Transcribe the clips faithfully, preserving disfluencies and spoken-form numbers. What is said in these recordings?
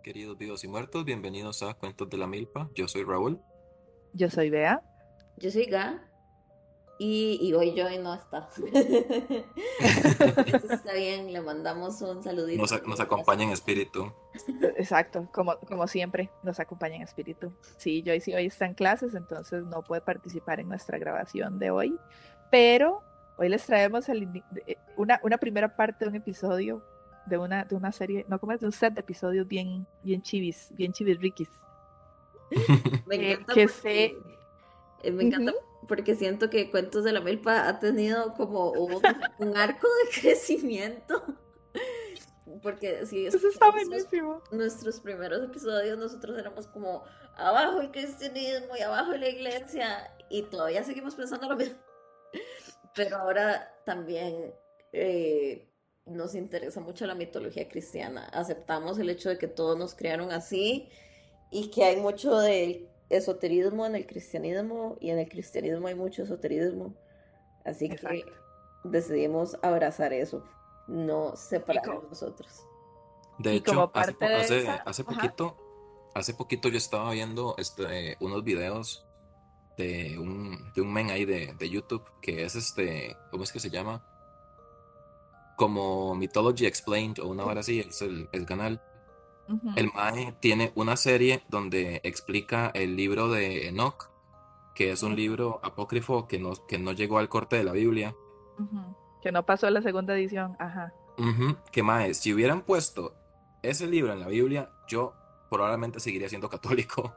Queridos vivos y muertos, bienvenidos a Cuentos de la Milpa. Yo soy Raúl. Yo soy Bea. Yo soy Ga y, y hoy Joy no está. Eso está bien, le mandamos un Nos, saludito a- y nos un abrazo. acompaña en espíritu. Exacto, como, como siempre, nos acompaña en espíritu. Sí, Joyce hoy está en clases, entonces no puede participar en nuestra grabación de hoy, pero hoy les traemos el ini- de- una, una primera parte de un episodio de una, de una serie, no como es de un set de episodios bien, bien chivis, bien chivis Me eh, encanta que se... porque eh, me Ujú. encanta porque siento que Cuentos de la Milpa ha tenido como un, un arco de crecimiento. Porque si Eso está escuchamos nuestros, buenísimo. nuestros primeros episodios, nosotros éramos como abajo el cristianismo y abajo la iglesia, y todavía seguimos pensando lo mismo. Pero ahora también eh, nos interesa mucho la mitología cristiana. Aceptamos el hecho de que todos nos crearon así y que hay mucho de esoterismo en el cristianismo y en el cristianismo hay mucho esoterismo. Así que Exacto. decidimos abrazar eso, no Y, separar co- nosotros. De y hecho, como hace, parte po- de hace, esa, hace ajá, poquito, hace poquito yo estaba viendo este, unos videos de un, de un men ahí de, de YouTube que es este, ¿cómo es que se llama? Como Mythology Explained o una hora así, es el, el canal. ujú, El mae tiene una serie donde explica el libro de Enoch, que es un ujú, libro apócrifo que no, que no llegó al corte de la Biblia. ujú, que no pasó la segunda edición, ajá. Ujú, que mae, si hubieran puesto ese libro en la Biblia, yo probablemente seguiría siendo católico,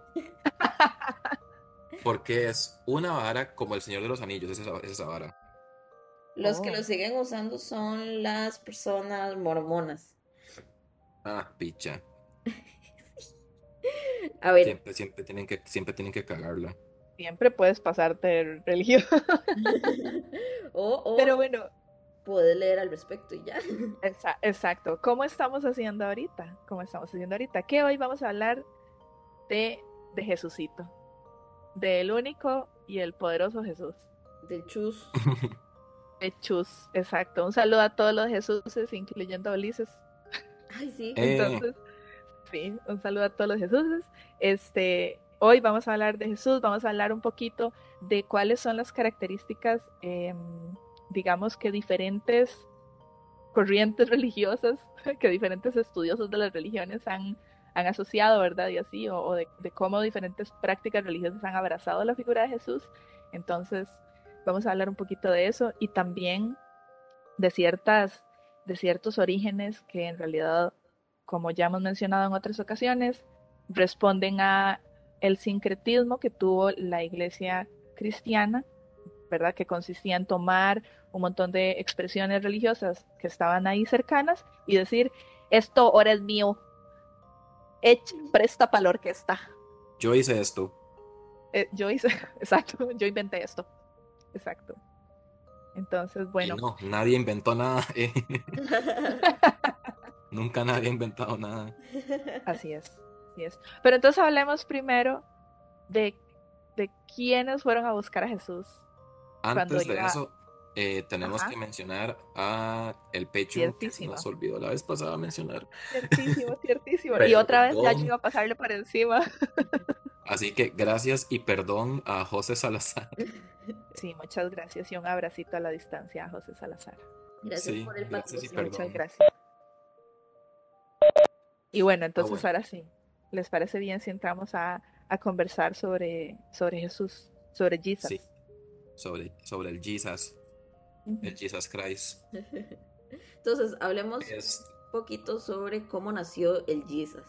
porque es una vara como el Señor de los Anillos, es esa, es esa vara. Los que lo Oh. siguen usando son las personas mormonas. Ah, picha. A ver, Siempre, siempre tienen que, siempre tienen que cagarla. Siempre puedes pasarte de religión. o, o Pero bueno, puede leer al respecto y ya. exa- exacto. ¿Cómo estamos haciendo ahorita? ¿Cómo estamos haciendo ahorita? Que hoy vamos a hablar de, de Jesucito, del único y el poderoso Jesús. Del chus. De Chus, exacto. Un saludo a todos los Jesuses, incluyendo a Ulises. Ay, sí. Eh, Entonces, sí, un saludo a todos los Jesuses. Este, hoy vamos a hablar de Jesús, vamos a hablar un poquito de cuáles son las características, eh, digamos que diferentes corrientes religiosas que diferentes estudiosos de las religiones han, han asociado, ¿verdad? Y así, o, o de, de, cómo diferentes prácticas religiosas han abrazado la figura de Jesús. Entonces, vamos a hablar un poquito de eso y también de ciertas, de ciertos orígenes que en realidad, como ya hemos mencionado en otras ocasiones, responden a el sincretismo que tuvo la iglesia cristiana, ¿verdad? Que consistía en tomar un montón de expresiones religiosas que estaban ahí cercanas y decir, esto ahora es mío, Ech, presta para la orquesta. yo hice esto Eh, yo hice, exacto, yo inventé esto, exacto. Entonces, y bueno, no, nadie inventó nada. eh. Nunca nadie ha inventado nada. así es, así es. Pero entonces hablemos primero de, de quiénes fueron a buscar a Jesús cuando Antes de iba, eso, eh, tenemos que ajá, mencionar a el Patreon que se nos ciertísimo, olvidó la vez pasada mencionar. ciertísimo, ciertísimo. Y otra vez ya yo Perdón. iba a pasarle por encima. Así que gracias y perdón a José Salazar. Sí, muchas gracias y un abracito a la distancia a José Salazar. Gracias Sí, por el gracias y Sí, patrocinio. muchas perdón. gracias. Y bueno, Ah, entonces bueno, ahora sí, ¿les parece bien si entramos a, a conversar sobre, sobre Jesús, sobre Jesus? sí, sobre, sobre el Jesus, el Ujú. Jesus Christ. Entonces, hablemos Es, un poquito sobre cómo nació el Jesus.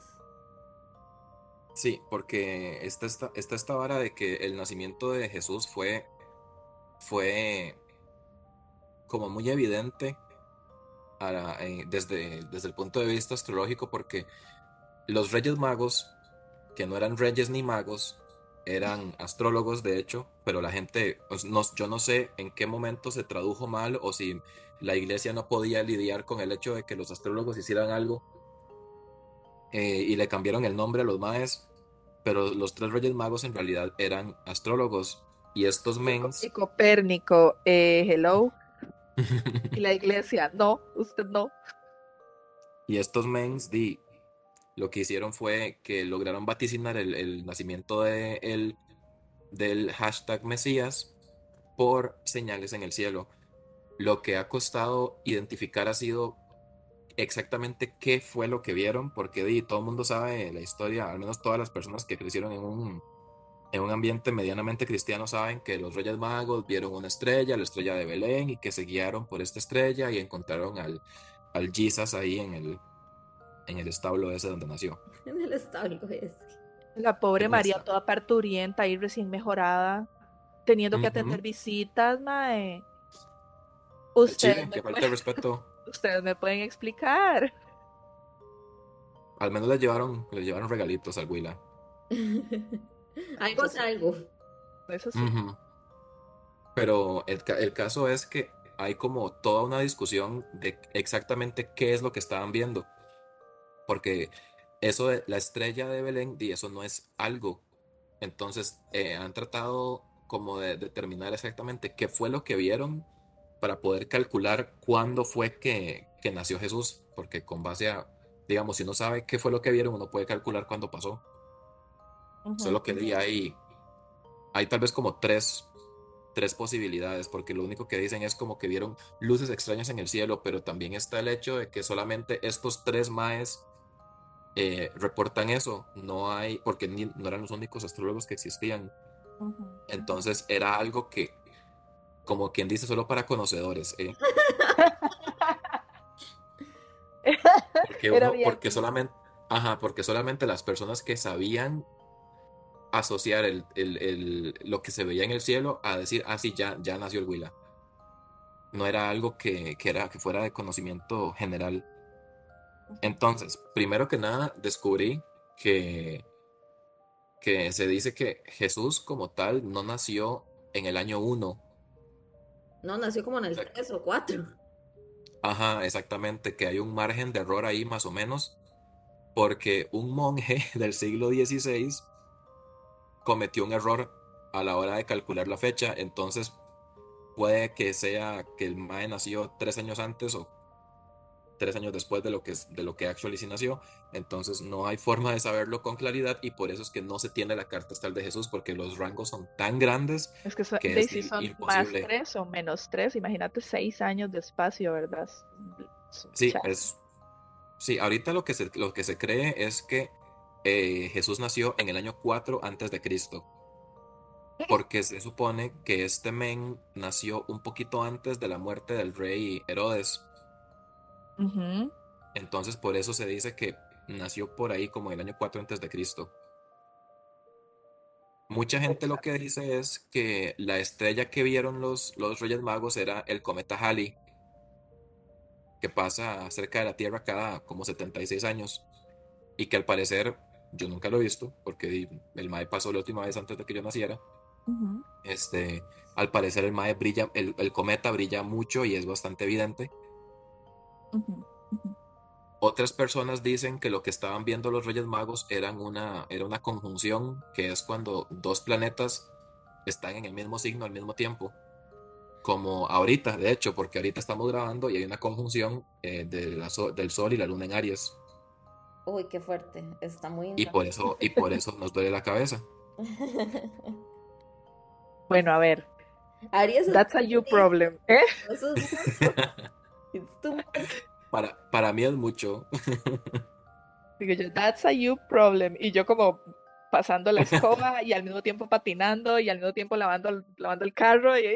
sí, porque está esta, está esta vara de que el nacimiento de Jesús fue, fue como muy evidente a la- eh, desde, desde el punto de vista astrológico, porque los Reyes Magos, que no eran reyes ni magos, eran astrólogos de hecho, pero la gente, pues, no- yo no sé en qué momento se tradujo mal o si la iglesia no podía lidiar con el hecho de que los astrólogos hicieran algo eh, y le cambiaron el nombre a los maes, pero los tres Reyes Magos en realidad eran astrólogos y estos Y, Co- y mens, Copérnico, eh, hello, y la iglesia, no, usted no. y estos mens di, lo que hicieron fue que lograron vaticinar el, el nacimiento de el- del hashtag Mesías por señales en el cielo. Lo que ha costado identificar ha sido exactamente qué fue lo que vieron, porque di, todo el mundo sabe la historia, al menos todas las personas que crecieron en un, en un ambiente medianamente cristiano saben que los Reyes Magos vieron una estrella, la estrella de Belén, y que se guiaron por esta estrella y encontraron al, al Jesus ahí en el, en el establo ese donde nació. En el establo ese. La pobre En un María, establo. toda parturienta y recién mejorada, teniendo que atender Ujú. visitas, mae. Al Ustedes Chile, me que falta de pueden, respeto. ustedes me pueden explicar. Al menos le llevaron, le llevaron regalitos al Huila. Algo Eso es sí, algo. eso sí. Ujú. Pero el, ca- el caso es que hay como toda una discusión de exactamente qué es lo que estaban viendo. Porque eso de la estrella de Belén, y eso no es algo. Entonces, eh, han tratado como de determinar exactamente qué fue lo que vieron para poder calcular cuándo fue que, que nació Jesús. Porque con base a, digamos, si uno sabe qué fue lo que vieron, uno puede calcular cuándo pasó. Ujú, Solo que di, hay, hay tal vez como tres tres posibilidades, porque lo único que dicen es como que vieron luces extrañas en el cielo, pero también está el hecho de que solamente estos tres maes eh, reportan eso, no hay, porque ni- no eran los únicos astrólogos que existían, ujú, ujú. entonces era algo que, como quien dice, solo para conocedores, ¿eh? Porque Era uno, porque V I P. solamente, ajá, porque solamente las personas que sabían asociar el, el- el- lo que se veía en el cielo a decir, ah, sí, ya, ya nació el Huila. No era algo que, que era, que fuera de conocimiento general. Ujú. Entonces, primero que nada, descubrí que, que se dice que Jesús como tal no nació en el año uno. No, nació como en O el sea, tres o cuatro. ajá, exactamente, que hay un margen de error ahí más o menos, porque un monje del siglo dieciséis cometió un error a la hora de calcular la fecha, entonces puede que sea que el mae nació tres años antes o tres años después de lo que, es- de lo que actually sí nació. Entonces no hay forma de saberlo con claridad y por eso es que no se tiene la carta astral de Jesús porque los rangos son tan grandes Es que so- que de es si i- son más imposible. tres o menos tres, imagínate seis años de espacio, ¿verdad? Es un Sí, chasco. es, sí, ahorita lo que se, lo que se cree es que eh, Jesús nació en el año cuatro antes de Cristo, porque se supone que este men nació un poquito antes de la muerte del rey Herodes. Ujú. Entonces por eso se dice que nació por ahí como el año cuatro antes de Cristo. Mucha gente lo que Interesante. dice es que la estrella que vieron los, los Reyes Magos era el cometa Halley, que pasa cerca de la Tierra cada como setenta y seis años, y que al parecer, yo nunca lo he visto, porque di- el M A E pasó la última vez antes de que yo naciera, Ujú, este, al parecer el M A E brilla, el, el cometa brilla mucho y es bastante evidente. ujú, ujú. Otras personas dicen que lo que estaban viendo los Reyes Magos eran una, era una conjunción, que es cuando dos planetas están en el mismo signo al mismo tiempo. Como ahorita, de hecho, porque ahorita estamos grabando y hay una conjunción eh, de la so- del Sol y la Luna en Aries. Uy, qué fuerte. Está muy Y intenso. por eso, y por eso nos duele la cabeza. Bueno, a ver, Aries es that's a you problem, ¿eh? eso es mucho. It's too much. Para, para mí es mucho. Digo yo, that's a you problem. Y yo como pasando la escoba y al mismo tiempo patinando y al mismo tiempo lavando, lavando el carro. Y...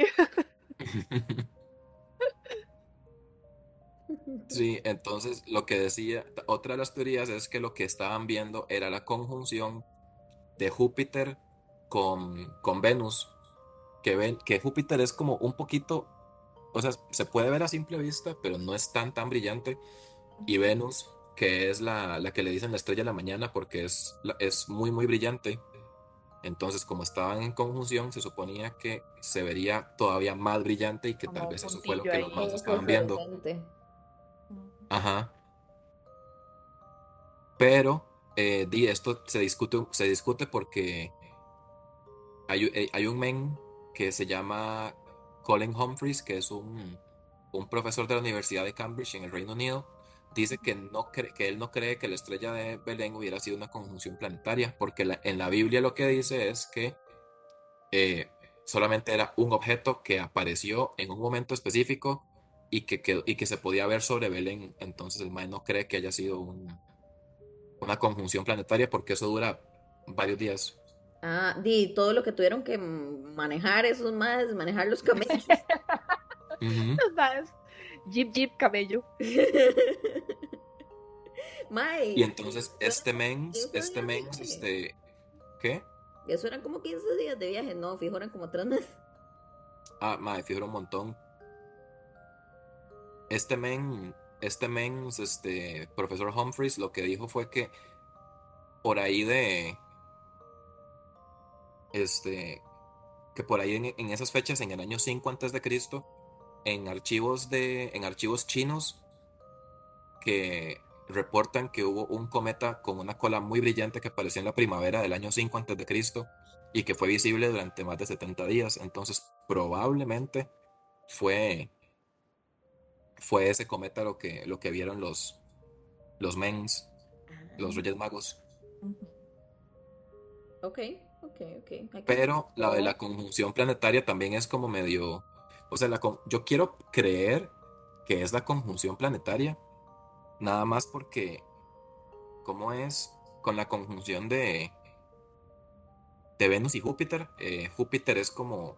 Sí, entonces lo que decía, otra de las teorías es que lo que estaban viendo era la conjunción de Júpiter con, con Venus, que ven que Júpiter es como un poquito, o sea, se puede ver a simple vista, pero no es tan tan brillante, y Venus, que es la, la que le dicen la estrella de la mañana porque es, la- es muy muy brillante. Entonces, como estaban en conjunción, se suponía que se vería todavía más brillante y que tal Como un vez eso fue lo puntillo que los ahí. más Todo estaban viendo. fosforescente. Ajá. Pero eh, di, esto se discute, se discute porque hay, eh, hay un men que se llama Colin Humphreys, que es un, un profesor de la Universidad de Cambridge en el Reino Unido, dice que, no cre- que él no cree que la estrella de Belén hubiera sido una conjunción planetaria, porque la- en la Biblia lo que dice es que eh, solamente era un objeto que apareció en un momento específico y que, quedó- y que se podía ver sobre Belén. Entonces el mae no cree que haya sido un- una conjunción planetaria porque eso dura varios días. Ah, di todo lo que tuvieron que manejar esos más, manejar los camellos. Ujú. Los maes, Jeep, Jeep, camello. Y Mae, entonces eso eran este como mens, quince este días de mens, viaje. este, ¿qué? Eso eran como quince días de viaje, no, fijo, eran como tres meses. Ah, mae, figura un montón. Este men, este mens, este, profesor Humphreys, lo que dijo fue que por ahí de, este, que por ahí en, en esas fechas, en el año cinco antes de Cristo, en archivos de, en archivos chinos que reportan que hubo un cometa con una cola muy brillante que apareció en la primavera del año cinco antes de Cristo y que fue visible durante más de setenta días. Entonces, probablemente fue, fue ese cometa lo que, lo que vieron los, los mens, los Reyes Magos. Ujú. Ok, ok, ok. Hay que Pero la de todo. la conjunción planetaria también es como medio, o sea, la con- yo quiero creer que es la conjunción planetaria, nada más porque, ¿cómo es con la conjunción de, de Venus y Júpiter? Eh, Júpiter es como,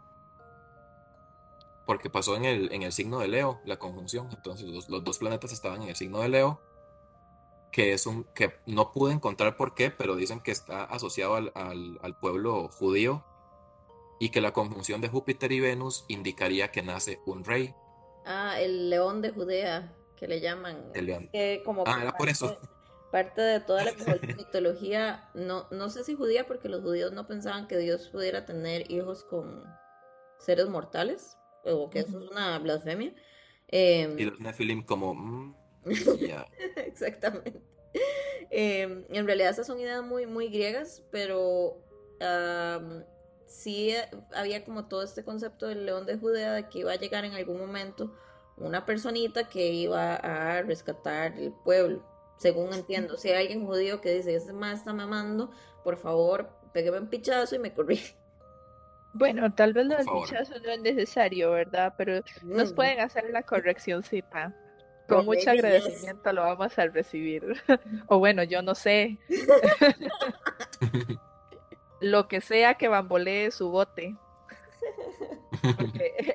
porque pasó en el, en el signo de Leo, la conjunción, entonces los, los dos planetas estaban en el signo de Leo, que es un, que no pude encontrar por qué, pero dicen que está asociado al, al, al pueblo judío y que la conjunción de Júpiter y Venus indicaría que nace un rey. Ah, el león de Judea, que le llaman. El Es león. que como Ah, que era por eso. parte, parte de toda la mito- mitología, no, no sé si judía, porque los judíos no pensaban que Dios pudiera tener hijos con seres mortales, o que eso es Ujú. una blasfemia. Y Em, los Nephilim como, mm, ya. exactamente. Em, en realidad esas son ideas muy, muy griegas, pero am, sí eh, había como todo este concepto del león de Judea, de que iba a llegar en algún momento una personita que iba a rescatar el pueblo, según entiendo. Si hay alguien judío que dice, ese más está mamando, por favor, pégame un pichazo y me corrí. Bueno, tal vez lo Por del favor. pichazo no es necesario, ¿verdad? Pero nos Mm, pueden hacer la correccióncita. Con por mucho baby, yes. agradecimiento lo vamos a recibir. O bueno, yo no sé, lo que sea que bambolee su bote. Porque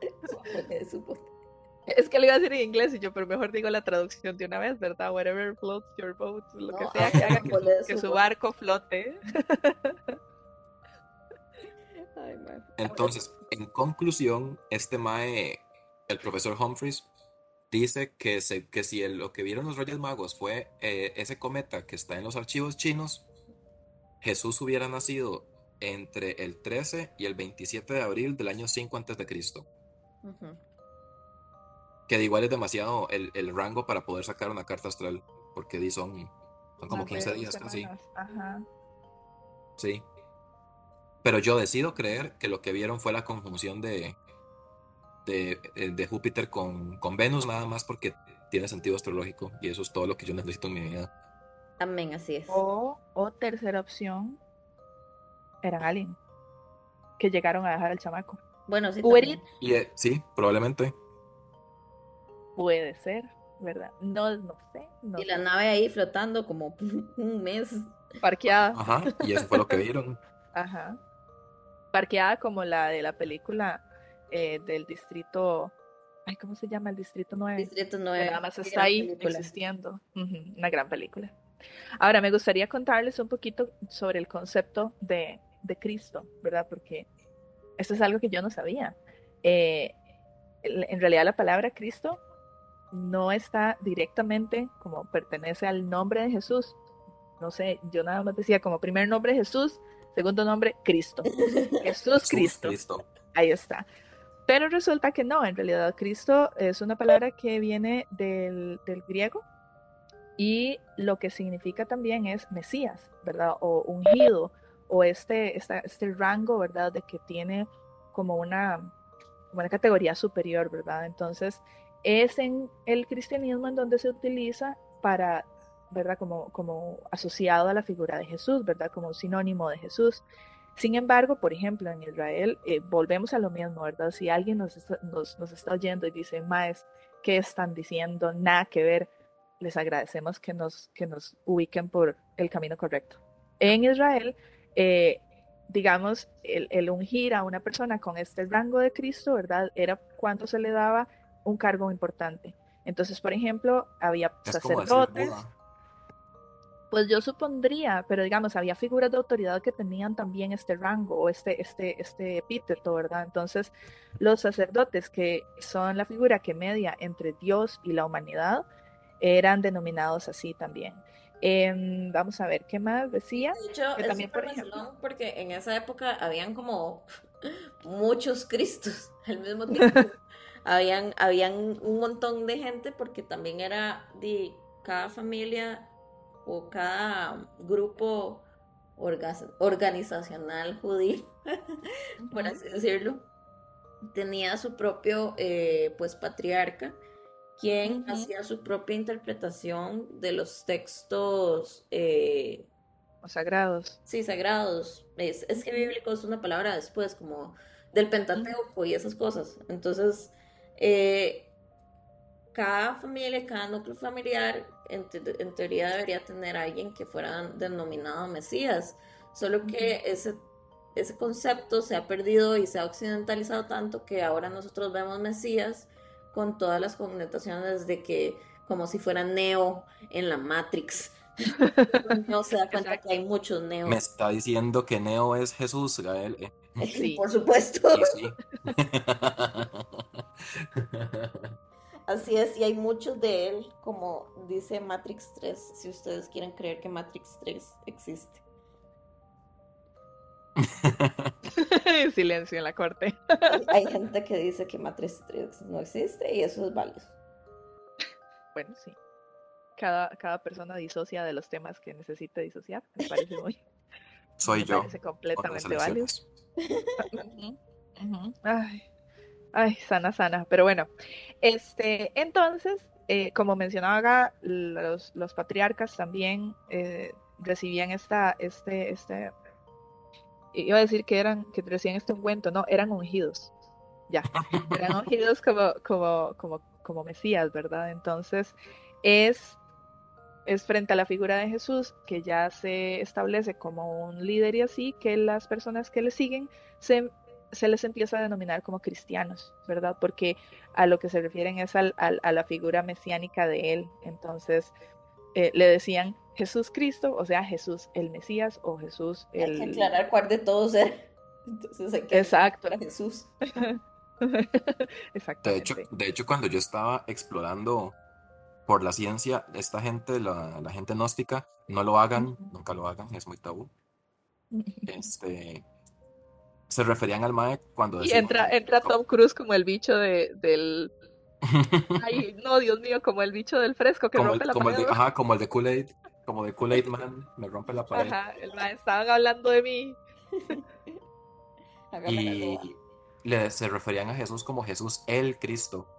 es que lo iba a decir en inglés y yo, pero mejor digo la traducción de una vez, ¿verdad? Whatever floats your boat, lo que No, sea que haga haga que su, bamboleo que su su voz. barco flote. Ay, man. Entonces, en conclusión, este Mae, el profesor Humphreys, dice que, se, que si el- lo que vieron los Reyes Magos fue eh, ese cometa que está en los archivos chinos, Jesús hubiera nacido entre el trece y el veintisiete de abril del año cinco antes de Cristo, Ujú. que de igual es demasiado el, el rango para poder sacar una carta astral, porque di son, son como Más de quince dos días casi, semanas. Ajá. sí. Pero yo decido creer que lo que vieron fue la conjunción de, de, eh, de Júpiter con, con Venus, nada más porque tiene sentido astrológico y eso es todo lo que yo necesito en mi vida. Amén, así es. O, o tercera opción, eran aliens que llegaron a dejar al chamaco. Bueno, sí, Uber Eats también. Y eh, sí, probablemente. puede ser, ¿verdad? No, no sé, Y no la sé. nave ahí flotando como un mes. Parqueada. Ajá, y eso fue lo que vieron. Ajá. Parqueada como la de la película eh, del distrito. Ay, ¿cómo se llama? El distrito nueve. Distrito Que nada nueve, más qué está gran ahí película. existiendo. Ujú, una gran película. Ahora, me gustaría contarles un poquito sobre el concepto de, de Cristo, ¿verdad? Porque esto es algo que yo no sabía. Eh, en realidad la palabra Cristo no está directamente como pertenece al nombre de Jesús. No sé, yo nada más decía como primer nombre Jesús, segundo nombre Cristo. Jesús Jesús Cristo. Cristo. Ahí está. Pero resulta que no, en realidad Cristo es una palabra que viene del, del griego y lo que significa también es Mesías, ¿verdad? O ungido, o este, esta, este rango, ¿verdad? De que tiene como una, como una categoría superior, ¿verdad? Entonces, es en el cristianismo en donde se utiliza para, ¿verdad? Como, como asociado a la figura de Jesús, ¿verdad? Como sinónimo de Jesús. Sin embargo, por ejemplo, en Israel, eh, volvemos a lo mismo, ¿verdad? Si alguien nos está, nos, nos está oyendo y dice, Maes, ¿qué están diciendo? Nada que ver, les agradecemos que nos, que nos ubiquen por el camino correcto. En Israel, eh, digamos, el, el ungir a una persona con este rango de Cristo, ¿verdad? Era cuando se le daba un cargo importante. Entonces, por ejemplo, había Es como decir sacerdotes, Buda. pues yo supondría, pero digamos, había figuras de autoridad que tenían también este rango o este, este, este epíteto, ¿verdad? Entonces, los sacerdotes, que son la figura que media entre Dios y la humanidad, eran denominados así también. Em, vamos a ver, ¿qué más decía? De hecho, Que es también, súper por ejemplo, vacilón porque en esa época habían como muchos Cristos al mismo tiempo. Habían, habían un montón de gente porque también era de cada familia o cada grupo orga- organizacional judío, por ujú, así decirlo, tenía su propio eh, pues patriarca, quien ujú, hacía su propia interpretación de los textos eh, los sagrados. sí, sagrados. Es, es que Ujú, bíblico es una palabra después, como del ujú, Pentateuco y esas cosas. Entonces, eh, cada familia, cada núcleo familiar, en, te- en teoría debería tener a alguien que fuera denominado Mesías. Solo ujú. que ese, ese concepto se ha perdido y se ha occidentalizado tanto que ahora nosotros vemos Mesías con todas las connotaciones de que como si fuera Neo en la Matrix. No se da cuenta que Exacto, hay muchos Me Neo. está diciendo que Neo es Jesús, Gael. eh. sí. Por supuesto. Y sí. Así es, y hay muchos de él, como dice Matrix tres, si ustedes quieren creer que Matrix tres existe. Silencio en la corte. Hay, hay gente que dice que Matrix tres no existe y eso es válido. Bueno, sí. Cada, cada persona disocia de los temas que necesita disociar. Me parece muy, Soy me yo, parece con las completamente válido. elecciones. Ujú, ujú. Ay, ay, sana, sana. Pero bueno, este, entonces, eh, como mencionaba acá, los, los patriarcas también eh, recibían esta, este, este, iba a decir que eran, que recibían este ungüento, no, eran ungidos, ya, eran ungidos como, como, como, como Mesías, ¿verdad? Entonces, es es frente a la figura de Jesús, que ya se establece como un líder y así, que las personas que le siguen se, se les empieza a denominar como cristianos, ¿verdad? Porque a lo que se refieren es al, al, a la figura mesiánica de él. Entonces, eh, le decían Jesús Cristo, o sea, Jesús el Mesías o Jesús Hay que el... aclarar cuál de todos era. Entonces hay que aclarar Exacto. a Jesús. De hecho, Exactamente. de hecho, cuando yo estaba explorando por la ciencia, esta gente, la, la gente gnóstica, no lo hagan, nunca lo hagan, es muy tabú. Este, se referían al Mae cuando Y decían, entra, entra Tom Cruise como el bicho de, del... Ay, no, Dios mío, como el bicho del fresco que como rompe el, la como el pared. de, ajá, como el de Kool-Aid, como de Kool-Aid Man, me rompe la pared. Ajá, el ma, estaban hablando de mí. Hágame la loba. Y le, se referían a Jesús como Jesús el Cristo,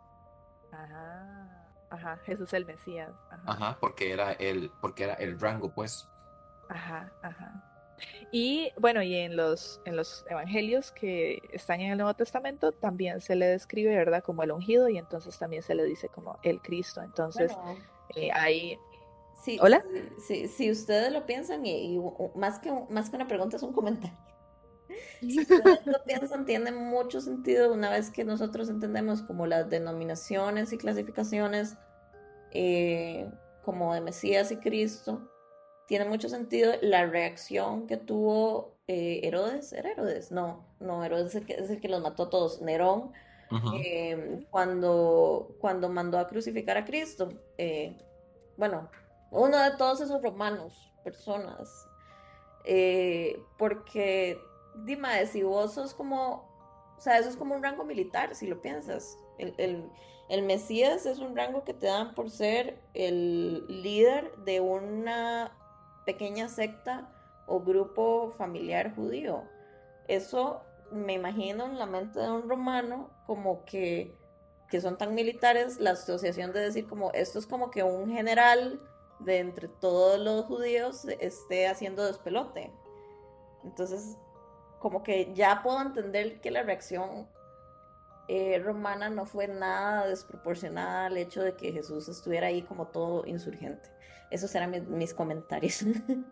Ajá, ajá, Jesús el Mesías. Ajá, ajá, porque era el, porque era el rango, pues. ajá, ajá. Y bueno, y en los, en los evangelios que están en el Nuevo Testamento también se le describe, ¿verdad? Como el ungido y entonces también se le dice como el Cristo. Entonces, Bueno, eh, ahí... si, ¿Hola? si, si, si ustedes lo piensan, y, y u- más que, un- más que una pregunta es un comentario. Si ustedes lo piensan, tiene mucho sentido una vez que nosotros entendemos como las denominaciones y clasificaciones eh, como de Mesías y Cristo. Tiene mucho sentido la reacción que tuvo eh, Herodes. ¿Era Herodes? No, no, Herodes es el que, es el que los mató a todos. Nerón, Ujú. eh, cuando, cuando mandó a crucificar a Cristo. Eh, bueno, uno de todos esos romanos, personas. Eh, porque, dime, si vos sos como, o sea, eso es como un rango militar, si lo piensas. El, el, el Mesías es un rango que te dan por ser el líder de una pequeña secta o grupo familiar judío. Eso me imagino en la mente de un romano como que que son tan militares, la asociación de decir como esto es como que un general de entre todos los judíos esté haciendo despelote. Entonces, como que ya puedo entender que la reacción eh, romana no fue nada desproporcionada al hecho de que Jesús estuviera ahí como todo insurgente. Esos eran mis, mis comentarios.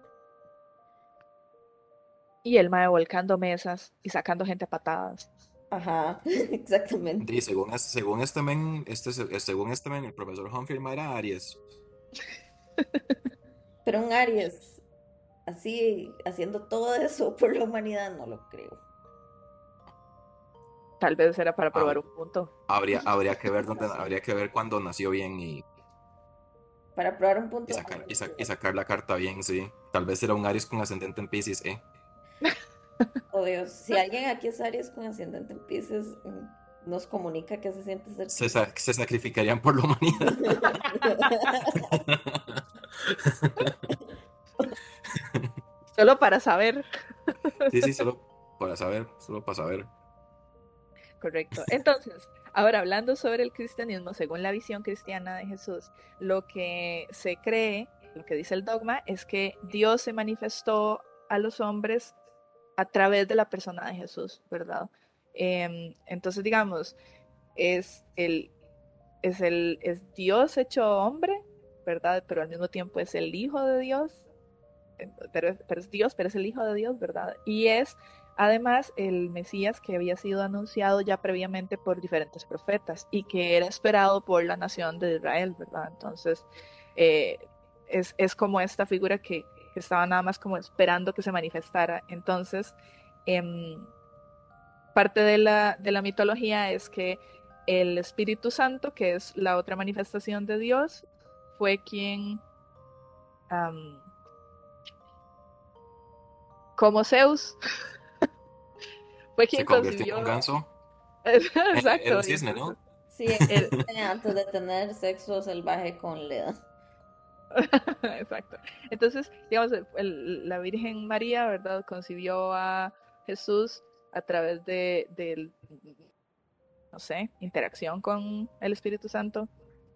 Y el mae volcando mesas y sacando gente a patadas. Ajá, exactamente. Y según, es- según este men, este, se- según este men, el profesor Humphrey era Aries. Pero un Aries, así, haciendo todo eso por la humanidad, no lo creo. Tal vez era para probar Hab- un punto. Habría, habría que ver dónde, habría que ver cuándo nació bien y, Para probar un y punto. sacar, y, sa- y sacar la carta bien, sí. Tal vez era un Aries con ascendente en Pisces, ¿eh? Oh Dios, si alguien aquí es Aries con ascendente en Pisces, mm, nos comunica que se siente ser Se, Piscis. sa- se sacrificarían por la humanidad. Solo para saber. Sí, sí, solo para saber, solo para saber. Correcto. Entonces, ahora hablando sobre el cristianismo, según la visión cristiana de Jesús, lo que se cree, lo que dice el dogma, es que Dios se manifestó a los hombres a través de la persona de Jesús, ¿verdad? Em, entonces, digamos, es el, es el, es Dios hecho hombre, ¿verdad? Pero al mismo tiempo es el Hijo de Dios, pero, pero es Dios, pero es el Hijo de Dios, ¿verdad? Y es además el Mesías que había sido anunciado ya previamente por diferentes profetas y que era esperado por la nación de Israel, ¿verdad? Entonces, eh, es, es, como esta figura que, que, estaba nada más como esperando que se manifestara. Entonces, eh, parte de la, de la mitología es que el Espíritu Santo, que es la otra manifestación de Dios, fue quien... Um, como Zeus, fue Se quien convirtió en concibió. un ganso. Eh, Era Exacto. un Y cisne, entonces, ¿no? Sí, el... existe antes de tener sexo salvaje con Leda. Exacto. Entonces, digamos, el, la Virgen María, ¿verdad? Concibió a Jesús a través de, de, no sé, interacción con el Espíritu Santo.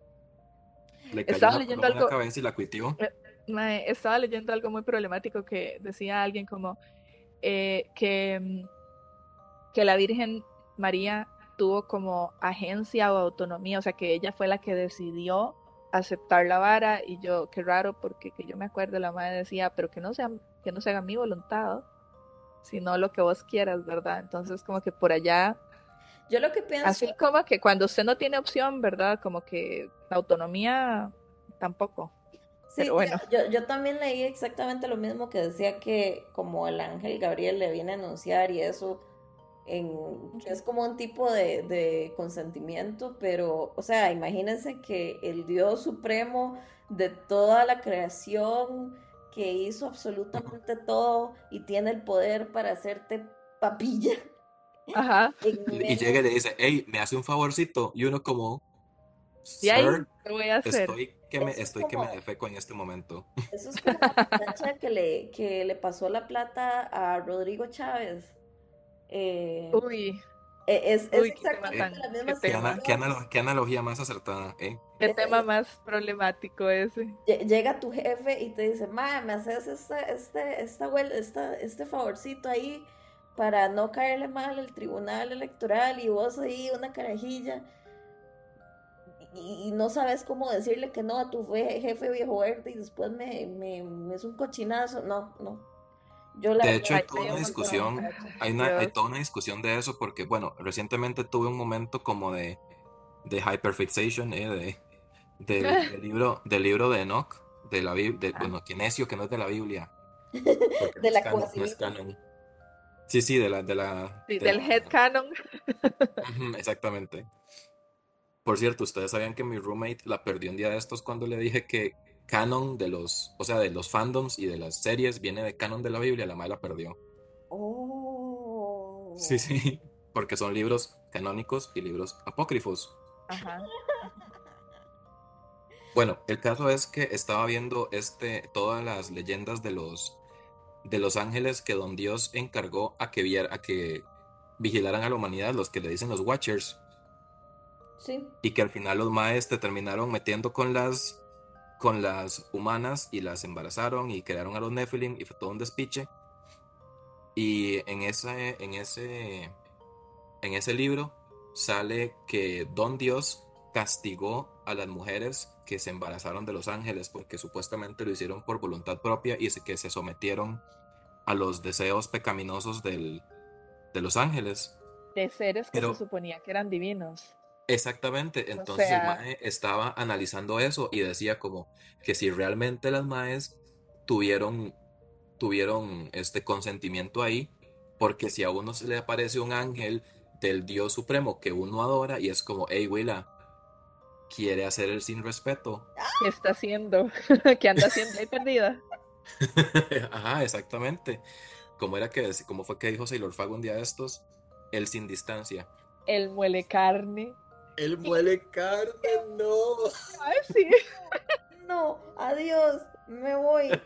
Le cayó Estaba una leyendo paloma en la algo, cabeza y la cuitió. eh, me- estaba leyendo algo muy problemático que decía alguien como eh, que, mm, que la Virgen María tuvo como agencia o autonomía, o sea, que ella fue la que decidió aceptar la vara y yo, qué raro, porque que yo me acuerdo, la madre decía, pero que no sea, que no se haga mi voluntad, sino lo que vos quieras, ¿verdad? Entonces, como que por allá, Yo lo que pienso, así como que cuando usted no tiene opción, ¿verdad? Como que la autonomía tampoco, sí, pero bueno. yo, yo, yo también leí exactamente lo mismo que decía que como el ángel Gabriel le viene a anunciar y eso, en, que es como un tipo de, de consentimiento, pero, o sea, imagínense que el Dios supremo de toda la creación, que hizo absolutamente todo y tiene el poder para hacerte papilla Ajá, en Y medio. llega y le dice, hey, ¿me hace un favorcito? Y uno como, y ahí, Sir, ¿qué voy a hacer? estoy que me, Eso es estoy que me como, defeco en este momento. eso es como la muchacha que le, que le pasó la plata a Rodrigo Chávez. Eh, Uy, e- es, es uy, qué tema Eh, exactamente tan, la qué misma qué, ana- tema, qué situación. analo- qué analogía más acertada, ¿eh? qué Es- tema es- más problemático ese. lle- llega tu jefe y te dice, ma, me haces este, este, esta, vuel- esta, este favorcito ahí para no caerle mal al tribunal electoral y vos ahí una carajilla y, y no sabes cómo decirle que no a tu fe- jefe viejo verde y después me, me, me es un cochinazo. No, no. Yo la De verdad hecho, hay Hay, toda hay una un no con la montón. discusión, muchacha. hay una, hay Dios. toda una discusión de eso porque, bueno, recientemente tuve un momento como de, de hyperfixation, ¿eh? De, del, del libro, del libro de Enoch, de la Biblia, Ah, bueno, que necio que no es de la Biblia, porque no De es la canon, no es cuasi. canon. Sí, sí, de la, de la, sí, de del la, headcanon. ujú, exactamente. Por cierto, ustedes sabían que mi roommate la perdió un día de estos cuando le dije que canon de los, o sea, de los fandoms y de las series viene de canon de la Biblia, la madre la perdió. Sí, Oh. sí, porque son libros canónicos y libros apócrifos. Ajá. Bueno, el caso es que estaba viendo este, todas las leyendas de los, de los ángeles que don Dios encargó a que viera, a que vigilaran a la humanidad, los que le dicen los Watchers. Sí. y que al final los maes te terminaron metiendo con las, con las humanas y las embarazaron y crearon a los Nephilim y fue todo un despiche. Y en ese, en ese, en ese libro sale que Don Dios castigó a las mujeres que se embarazaron de los ángeles porque supuestamente lo hicieron por voluntad propia y que se sometieron a los deseos pecaminosos del, de los ángeles. De seres que se Pero suponía que eran divinos. exactamente, O entonces el sea, mae estaba analizando eso y decía como que si realmente las maes tuvieron, tuvieron este consentimiento ahí, porque si a uno se le aparece un ángel del Dios Supremo que uno adora y es como, hey, Willa, quiere hacer el sin respeto. ¿qué está haciendo? ¿Qué anda haciendo ahí perdida? Ajá, exactamente. ¿Cómo era que, cómo fue que dijo Sailor Fag un día de estos? El sin distancia. El muele carne. El muele carne, no. Ay, sí. No, adiós, me voy.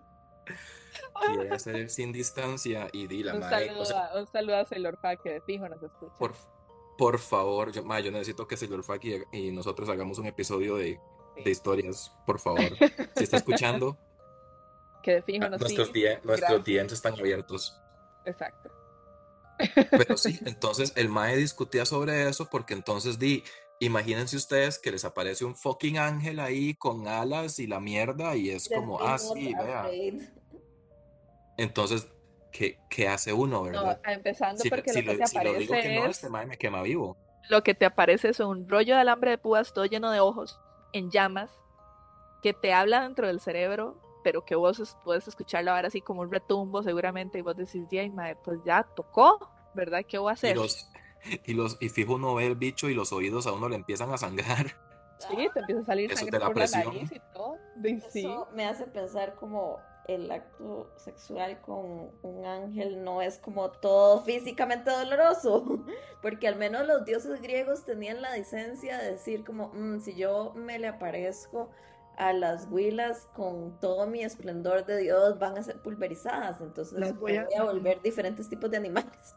Quiere hacer el sin distancia y di la Un mae, o saludo sea, a, un saludo a Sailor Fag, que de fijo nos escucha. por, por favor, yo, mae, yo necesito que Sailor Fag y, y nosotros hagamos un episodio de, de Sí. historias, por favor. Si está escuchando, Que de fijo ah, nos nuestros, sigue. D M nuestros Gracias. D Ms están abiertos. Exacto. Pero sí, entonces el mae discutía sobre eso porque entonces di, imagínense ustedes que les aparece un fucking ángel ahí con alas y la mierda y es Just como, be ah, not sí, vea. afraid. Entonces, ¿qué, qué hace uno, No, verdad? empezando Si, le- porque si, lo que te lo, si lo digo que aparece no, este es, mae me quema vivo. lo que te aparece es un rollo de alambre de púas todo lleno de ojos, en llamas, que te habla dentro del cerebro, pero que vos es- puedes escucharlo ahora así como un retumbo seguramente y vos decís, ya, mae, pues ya tocó, ¿verdad? ¿Qué voy a Y hacer? los, y los, y fijo uno ve el bicho y los oídos a uno le empiezan a sangrar. Sí, te empieza a salir Eso es sangre de la por la nariz presión. y todo. De sí. Eso me hace pensar como el acto sexual con un ángel no es como todo físicamente doloroso, porque al menos los dioses griegos tenían la decencia de decir como, "Mm, si yo me le aparezco a las huilas con todo mi esplendor de Dios van a ser pulverizadas, entonces Las me voy a, voy a volver diferentes tipos de animales."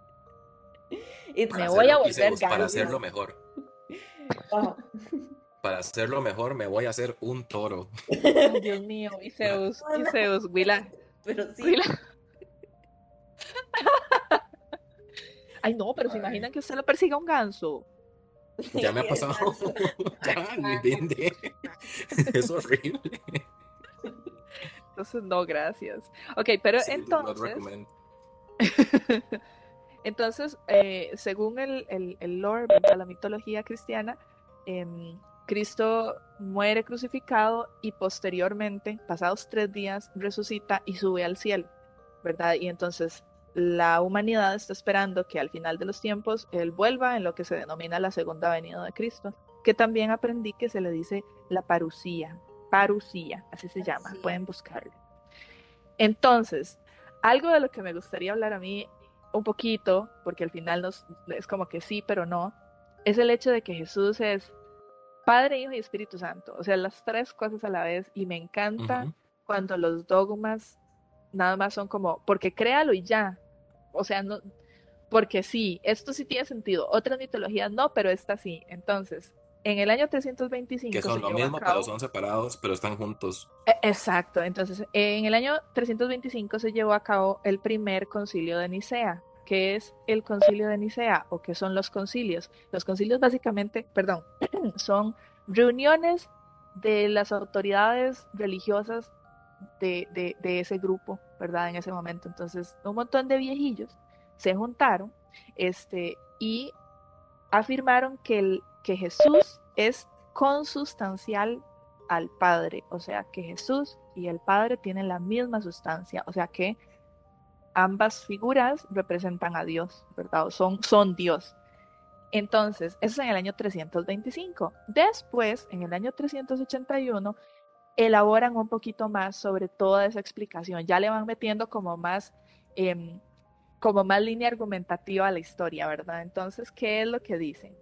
Y Para me voy a hacerlo, y volver Zeus, para ganso. hacerlo mejor. wow. Para hacerlo mejor me voy a hacer un toro. Ay, Dios mío, y Una- Zeus, Oh, y no, Zeus, Willa, pero sí, Willa. Ay, no, pero se Ay, imaginan que usted lo persiga un ganso. ya me ha el pasado. ganso. Ya, Linde. Es horrible. Entonces, no, gracias. Ok, pero Sí, do not entonces, recommend. entonces, eh, según el, el, el lore, ¿verdad? La mitología cristiana, em, Cristo muere crucificado y posteriormente, pasados tres días, resucita y sube al cielo, ¿verdad? Y entonces la humanidad está esperando que al final de los tiempos Él vuelva en lo que se denomina la segunda venida de Cristo, que también aprendí que se le dice la parusía, parusía, así se llama, Sí. pueden buscarlo. Entonces, algo de lo que me gustaría hablar a mí un poquito, porque al final nos, es como que sí, pero no, es el hecho de que Jesús es Padre, Hijo y Espíritu Santo, o sea, las tres cosas a la vez, y me encanta Ujú. cuando los dogmas nada más son como, porque créalo y ya, o sea, no, porque sí, esto sí tiene sentido, otras mitologías no, pero esta sí. Entonces, en el año Que trescientos veinticinco son se lo llevó a mismo, pero cabo. son separados, pero están juntos. E- Exacto, entonces en el año trescientos veinticinco se llevó a cabo el primer concilio de Nicea. ¿Qué es el concilio de Nicea o qué son los concilios? Los concilios básicamente, perdón, son reuniones de las autoridades religiosas de, de, de ese grupo, ¿verdad? En ese momento. Entonces, un montón de viejillos se juntaron este, y afirmaron que, el, que Jesús es consustancial al Padre, o sea, que Jesús y el Padre tienen la misma sustancia, o sea, que ambas figuras representan a Dios, ¿verdad? O son, son Dios. Entonces, eso es en el año trescientos veinticinco. Después, en el año trescientos ochenta y uno, elaboran un poquito más sobre toda esa explicación. Ya le van metiendo como más, eh, como más línea argumentativa a la historia, ¿verdad? Entonces, ¿qué es lo que dicen?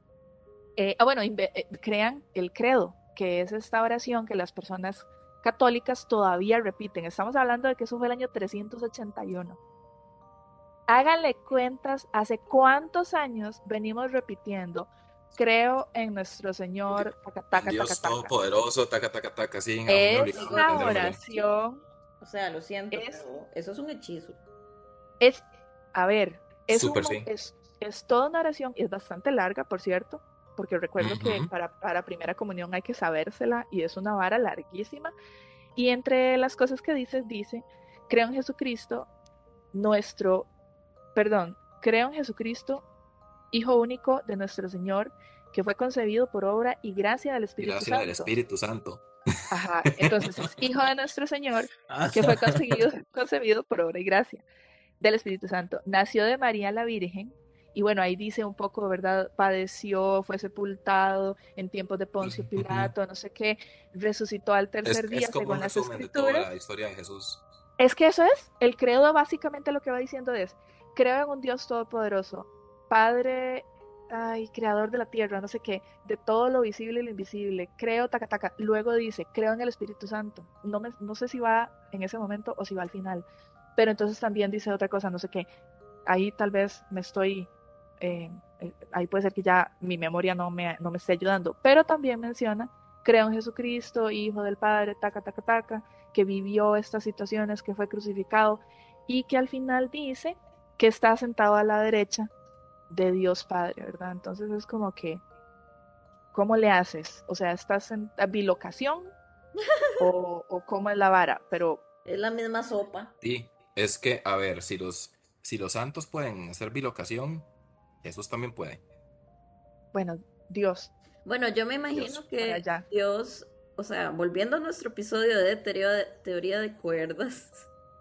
Eh, ah, bueno, inve- eh, crean el credo, que es esta oración que las personas católicas todavía repiten. Estamos hablando de que eso fue el año trescientos ochenta y uno. Háganle cuentas, hace cuántos años venimos repitiendo creo en nuestro Señor, taca, En taca, taca, Dios taca. Todopoderoso, taca, taca, taca, sí, a mí me Es obligaba a una aprendérmelo. oración, O sea, lo siento, es, pero eso es un hechizo. es, a ver, es un, Súper, mo- sí. es, es toda una oración y es bastante larga, por cierto, porque recuerdo que Ujú. para, para primera comunión hay que sabérsela y es una vara larguísima. Y entre las cosas que dice, dice, creo en Jesucristo, nuestro, perdón, creo en Jesucristo, Hijo único de nuestro Señor, que fue concebido por obra y gracia del Espíritu Gracias del Santo. Espíritu Santo. Ajá, entonces es Hijo de nuestro Señor, que fue concebido, concebido por obra y gracia del Espíritu Santo. Nació de María la Virgen, y bueno, ahí dice un poco, ¿verdad? Padeció, fue sepultado en tiempos de Poncio Ujú. Pilato, no sé qué, resucitó al Es, tercer es día, como un según las resumen de toda Escrituras. la historia de Jesús. Es que eso es, el credo básicamente lo que va diciendo es, creo en un Dios todopoderoso, Padre, ay, creador de la tierra, no sé qué, de todo lo visible y lo invisible, creo, taca, taca. Luego dice, creo en el Espíritu Santo. No, me, no sé si va en ese momento o si va al final, pero entonces también dice otra cosa, no sé qué. Ahí tal vez me estoy, eh, eh, ahí puede ser que ya mi memoria no me, no me esté ayudando, pero también menciona, creo en Jesucristo, Hijo del Padre, taca, taca, taca, que vivió estas situaciones, que fue crucificado y que al final dice que está sentado a la derecha de Dios Padre, ¿verdad? Entonces es como que, ¿cómo le haces? O sea, ¿estás en bilocación o, o cómo es la vara? Pero Es la misma sopa. Sí, es que, a ver, si los, si los santos pueden hacer bilocación, Jesús también puede. bueno, Dios, Bueno, yo me imagino Dios. por que allá. Dios, o sea, volviendo a nuestro episodio de teoría de, teoría de cuerdas,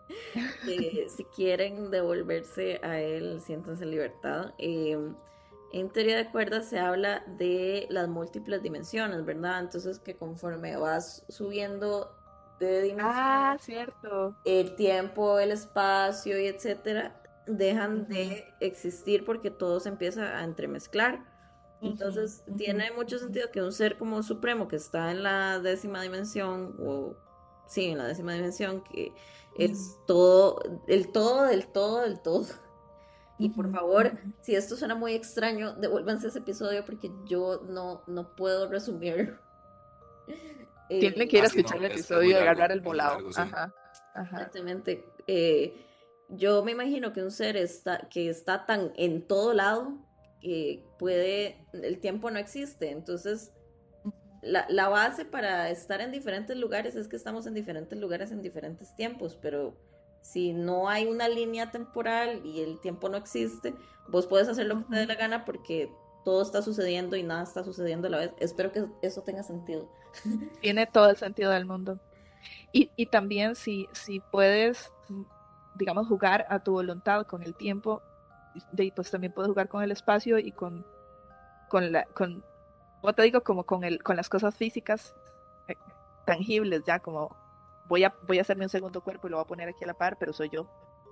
eh, si quieren devolverse a él, siéntanse en libertad. Eh, en teoría de cuerdas se habla de las múltiples dimensiones, ¿verdad? Entonces que conforme vas subiendo de dimensión, Ah, cierto. el tiempo, el espacio y etcétera, dejan Ujú, de existir porque todo se empieza a entremezclar. ujú, Entonces, ujú, tiene mucho ujú, sentido que un ser como supremo que está en la décima dimensión, o sí, en la décima dimensión, que ujú, es todo, el todo del todo del todo. Y por ujú, favor, ujú. si esto suena muy extraño, devuélvanse a ese episodio porque yo no, no puedo resumir. Tienen Eh, que ir a Así escuchar no, el es, es muy episodio de largo, agarrar el es muy volado. largo, sí. Ajá, ajá. Exactamente. Eh, yo me imagino que un ser está, que está tan en todo lado que puede, el tiempo no existe. Entonces, la, la base para estar en diferentes lugares es que estamos en diferentes lugares en diferentes tiempos, pero si no hay una línea temporal y el tiempo no existe, vos puedes hacer lo que te dé Ujú. la gana porque todo está sucediendo y nada está sucediendo a la vez. Espero que eso tenga sentido. Tiene todo el sentido del mundo. Y, y también si, si puedes, mm, digamos, jugar a tu voluntad con el tiempo, de, pues también puedes jugar con el espacio y con, con la, con, ¿cómo te digo? Como con el, con las cosas físicas eh, tangibles, ya como voy a, voy a hacerme un segundo cuerpo y lo voy a poner aquí a la par, pero soy yo.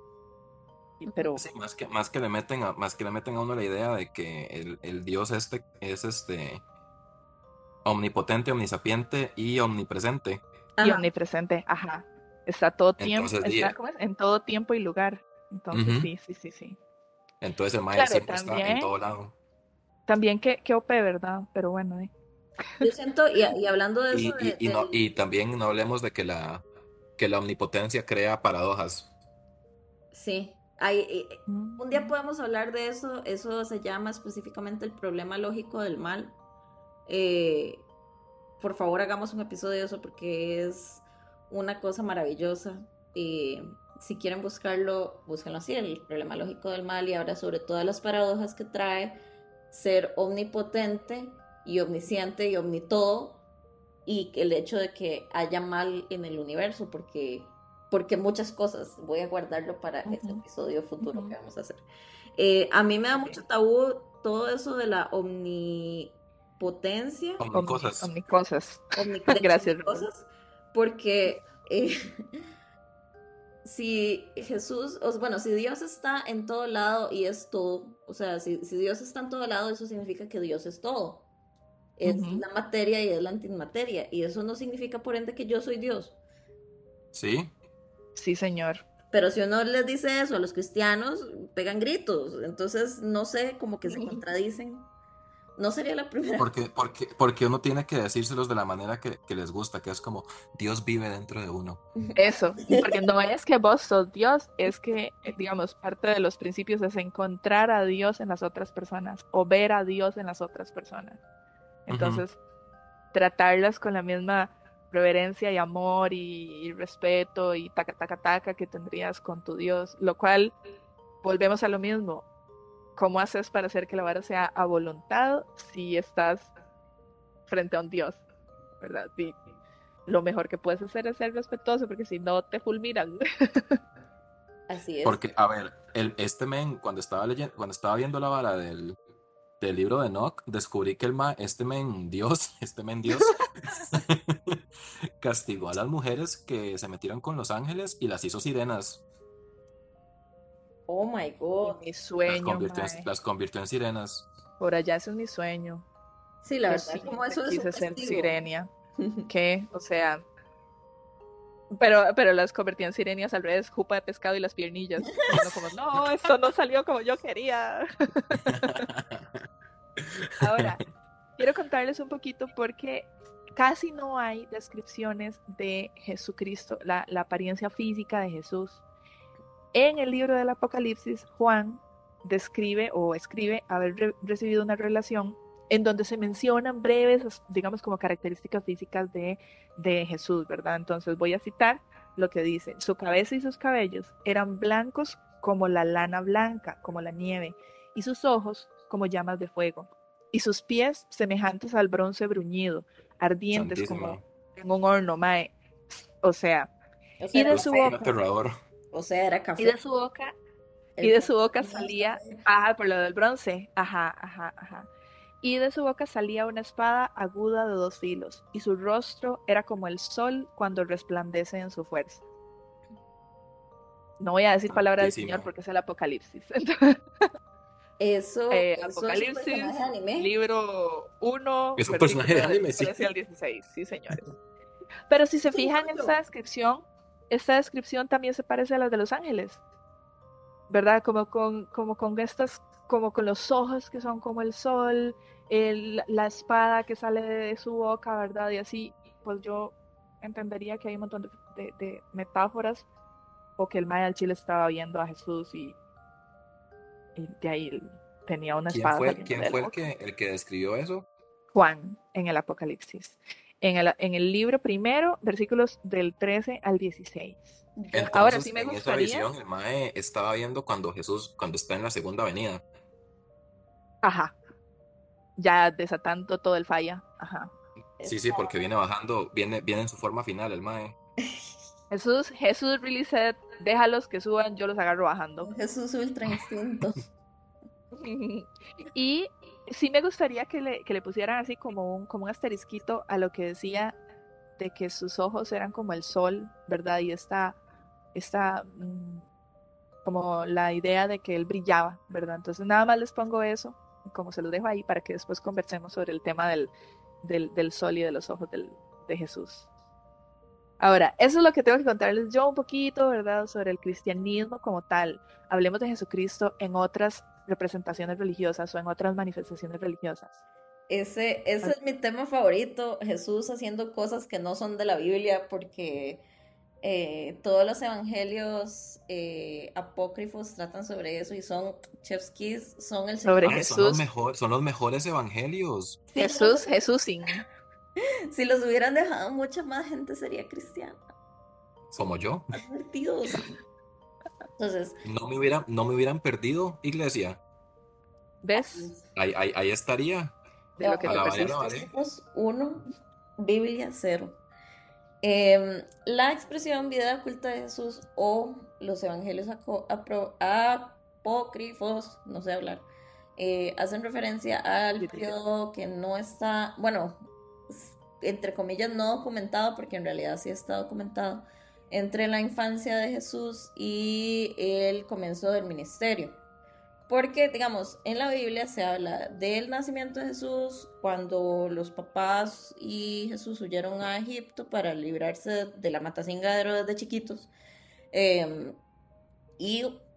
Y, pero, Sí, más que, más que le meten a, más que le meten a uno la idea de que el, el Dios este es este omnipotente, omnisapiente y omnipresente. y Ajá. omnipresente, ajá. Está todo tiempo, Entonces, di- está, ¿cómo es? En todo tiempo y lugar. Entonces, ujú. sí, sí, sí, sí. Entonces el mae Claro, siempre está en también, todo lado. también que, que O P, ¿verdad? Pero bueno, eh. Yo siento, y, y hablando de eso Y, de- y, y, no, del, y también no hablemos de que la, que la omnipotencia crea paradojas. sí, hay, eh, eh, un día Ujú. podemos hablar de eso, eso se llama específicamente el problema lógico del mal. Eh, por favor, hagamos un episodio de eso porque es una cosa maravillosa. Eh, si quieren buscarlo, búsquenlo así, el problema lógico del mal, y habla sobre todas las paradojas que trae ser omnipotente y omnisciente y omnitodo, y el hecho de que haya mal en el universo, porque, porque muchas cosas, voy a guardarlo para ese Ujú, episodio futuro que ujú. vamos a hacer. Eh, a mí me da mucho Ok. tabú todo eso de la omnipotencia, Omni, Omnicosas. omnicosas. omni, de Gracias, Rubén. omnicosas, porque eh, si Jesús, o, bueno, si Dios está en todo lado y es todo, o sea, si, si Dios está en todo lado, eso significa que Dios es todo. Es Ujú. la materia y es la antimateria. Y eso no significa por ende que yo soy Dios. ¿Sí? Sí, señor. Pero si uno les dice eso a los cristianos, pegan gritos. Entonces, no sé, como que se contradicen. No sería la primera. Porque, porque, porque uno tiene que decírselos de la manera que, que les gusta, que es como Dios vive dentro de uno. Eso, porque no es que vos sos Dios, es que, eh, digamos, parte de los principios es encontrar a Dios en las otras personas o ver a Dios en las otras personas. Ujú. Entonces, tratarlas con la misma reverencia y amor y, y respeto y taca, taca, taca que tendrías con tu Dios, lo cual volvemos a lo mismo. ¿Cómo haces para hacer que la vara sea a voluntad si estás frente a un Dios? ¿Verdad? Y lo mejor que puedes hacer es ser respetuoso, porque si no te fulminan. Así es. Porque, a ver, el, este men, cuando estaba leyendo, cuando estaba viendo la vara del, del libro de Enoch, descubrí que el ma, este men Dios, este men Dios, castigó a las mujeres que se metieron con los ángeles y las hizo sirenas. Oh my Y God. mi Las sueño, convirtió en, mae. las convirtió en sirenas. Por allá ese es mi sueño. Sí, la Yo verdad, como siempre eso es un quise ser castigo. sirenia. ¿Qué? O sea, pero, pero las convertí en sirenias al revés, jupa de pescado y las piernillas. Y uno como, no, esto no salió como yo quería. Ahora, quiero contarles un poquito porque casi no hay descripciones de Jesucristo, la, la apariencia física de Jesús. En el libro del Apocalipsis, Juan describe o escribe haber re recibido una relación en donde se mencionan breves, digamos, como características físicas de, de Jesús, ¿verdad? Entonces voy a citar lo que dice: su cabeza y sus cabellos eran blancos como la lana blanca, como la nieve, y sus ojos como llamas de fuego, y sus pies semejantes al bronce bruñido, ardientes como Santísimo. en un horno, mae. O sea, O sea, y era de Eso su es café. boca, aterrador. O sea, era y café. de su boca y El de su boca problema es salía, café. ajá, por lo del bronce, ajá, ajá, ajá. Y de su boca salía una espada aguda de dos filos, y su rostro era como el sol cuando resplandece en su fuerza. No voy a decir palabra del Señor Santísimo. porque es el Apocalipsis. Entonces, Eso, eh, eso es un personaje Apocalipsis, de anime. libro uno, Es un personaje de versículo del anime, sí. trece al dieciséis, sí, señores. Pero si se fijan en esta descripción, esta descripción también se parece a las de los ángeles. ¿Verdad? Como con, como con estas, como con los ojos que son como el sol, el, la espada que sale de su boca, ¿verdad? Y así, pues yo entendería que hay un montón de, de, de metáforas, o que el Maya del Chile estaba viendo a Jesús y, y de ahí tenía una ¿Quién espada fue, saliendo quién de la fue el boca. que, el que describió eso? Juan en el Apocalipsis. En el, en el libro primero, versículos del trece al dieciséis. Yo, Ahora sí Entonces, me en esa gustaría, visión, el mae estaba viendo cuando Jesús, cuando está en la segunda venida. ajá, ya desatando todo el falla, ajá. Sí, sí, porque viene bajando, viene, viene en su forma final el mae. Jesús, Jesús really said, déjalos que suban, yo los agarro bajando. Jesús ultra instinto. Y sí me gustaría que le, que le pusieran así como un, como un asterisquito a lo que decía de que sus ojos eran como el sol, ¿verdad? Y esta, esta mm, como la idea de que él brillaba, ¿verdad? Entonces nada más les pongo eso, como se lo dejo ahí, para que después conversemos sobre el tema del, del, del sol y de los ojos del, de Jesús. Ahora, eso es lo que tengo que contarles yo un poquito, ¿verdad? Sobre el cristianismo como tal. Hablemos de Jesucristo en otras representaciones religiosas o en otras manifestaciones religiosas. Ese, ese es mi tema favorito, Jesús haciendo cosas que no son de la Biblia, porque eh, todos los evangelios eh, apócrifos tratan sobre eso y son chef's kiss, son el Sobre Señor. Mae, son los Jesús, mejor, son los mejores evangelios. Si los, Jesús, Jesús sin. si los hubieran dejado, mucha más gente sería cristiana. Son Como yo. más divertidos. Entonces, No me hubieran, no me hubieran perdido, iglesia. ¿Ves? Ahí, ahí, ahí estaría. De lo que te Alabaré, Evangelios perdiste. alabaré. Apócrifos uno, Biblia cero. Eh, la expresión vida oculta de Jesús o los evangelios aco- apro- apócrifos, no sé hablar, eh, hacen referencia al periodo que no está, bueno, s- entre comillas no documentado, porque en realidad sí está documentado, entre la infancia de Jesús y el comienzo del ministerio. Porque, digamos, en la Biblia se habla del nacimiento de Jesús, cuando los papás y Jesús huyeron a Egipto para librarse de la matacinga de Herodes de chiquitos. Eh, y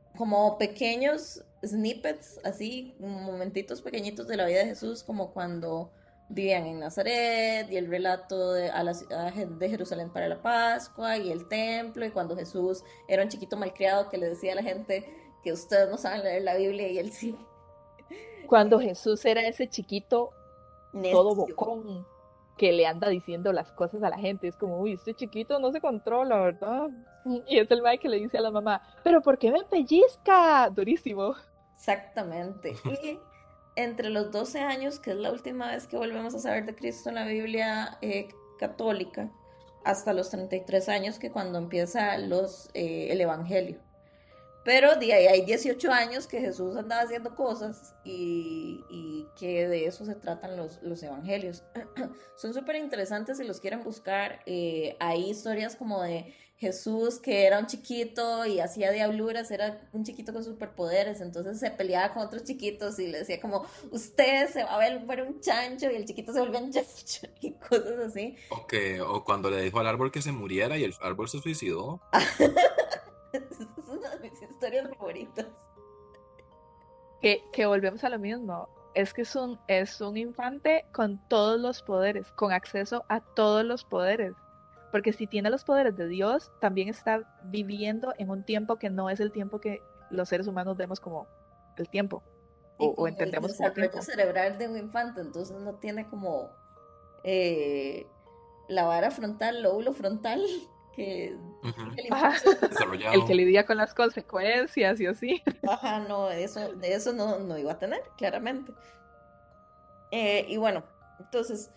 como pequeños snippets, así, momentitos pequeñitos de la vida de Jesús, como cuando vivían en Nazaret y el relato de, a la ciudad de Jerusalén para la Pascua y el templo y cuando Jesús era un chiquito malcriado que le decía a la gente que ustedes no saben leer la Biblia y él sí. Cuando Jesús era ese chiquito todo Necio. bocón que le anda diciendo las cosas a la gente. Es como, uy, este chiquito no se controla, ¿verdad? Y es el mae que le dice a la mamá, pero ¿por qué me pellizca? Durísimo. Exactamente. Y entre los doce años, que es la última vez que volvemos a saber de Cristo en la Biblia eh, católica, hasta los treinta y tres años, que cuando empieza los, eh, el Evangelio. Pero de ahí hay dieciocho años que Jesús andaba haciendo cosas y, y que de eso se tratan los, los evangelios. Son súper interesantes si los quieren buscar. Eh, hay historias como de Jesús que era un chiquito y hacía diabluras, era un chiquito con superpoderes, entonces se peleaba con otros chiquitos y le decía como, usted se va a volver un chancho y el chiquito se vuelve un chancho y cosas así. O que, o cuando le dijo al árbol que se muriera y el árbol se suicidó. Es una de mis historias favoritas. Que, que volvemos a lo mismo. Es que es un, es un infante con todos los poderes, con acceso a todos los poderes. Porque si tiene los poderes de Dios, también está viviendo en un tiempo que no es el tiempo que los seres humanos vemos como el tiempo. O, Y o con el entendemos como desarrollo tiempo. cerebral de un infante, entonces no tiene como eh, la vara frontal, lóbulo frontal, que Ujú. el Ajá. infante. El que Desarrollado. lidia con las consecuencias y así. Ajá, no, eso, de eso no, no iba a tener, claramente. Eh, y bueno, entonces,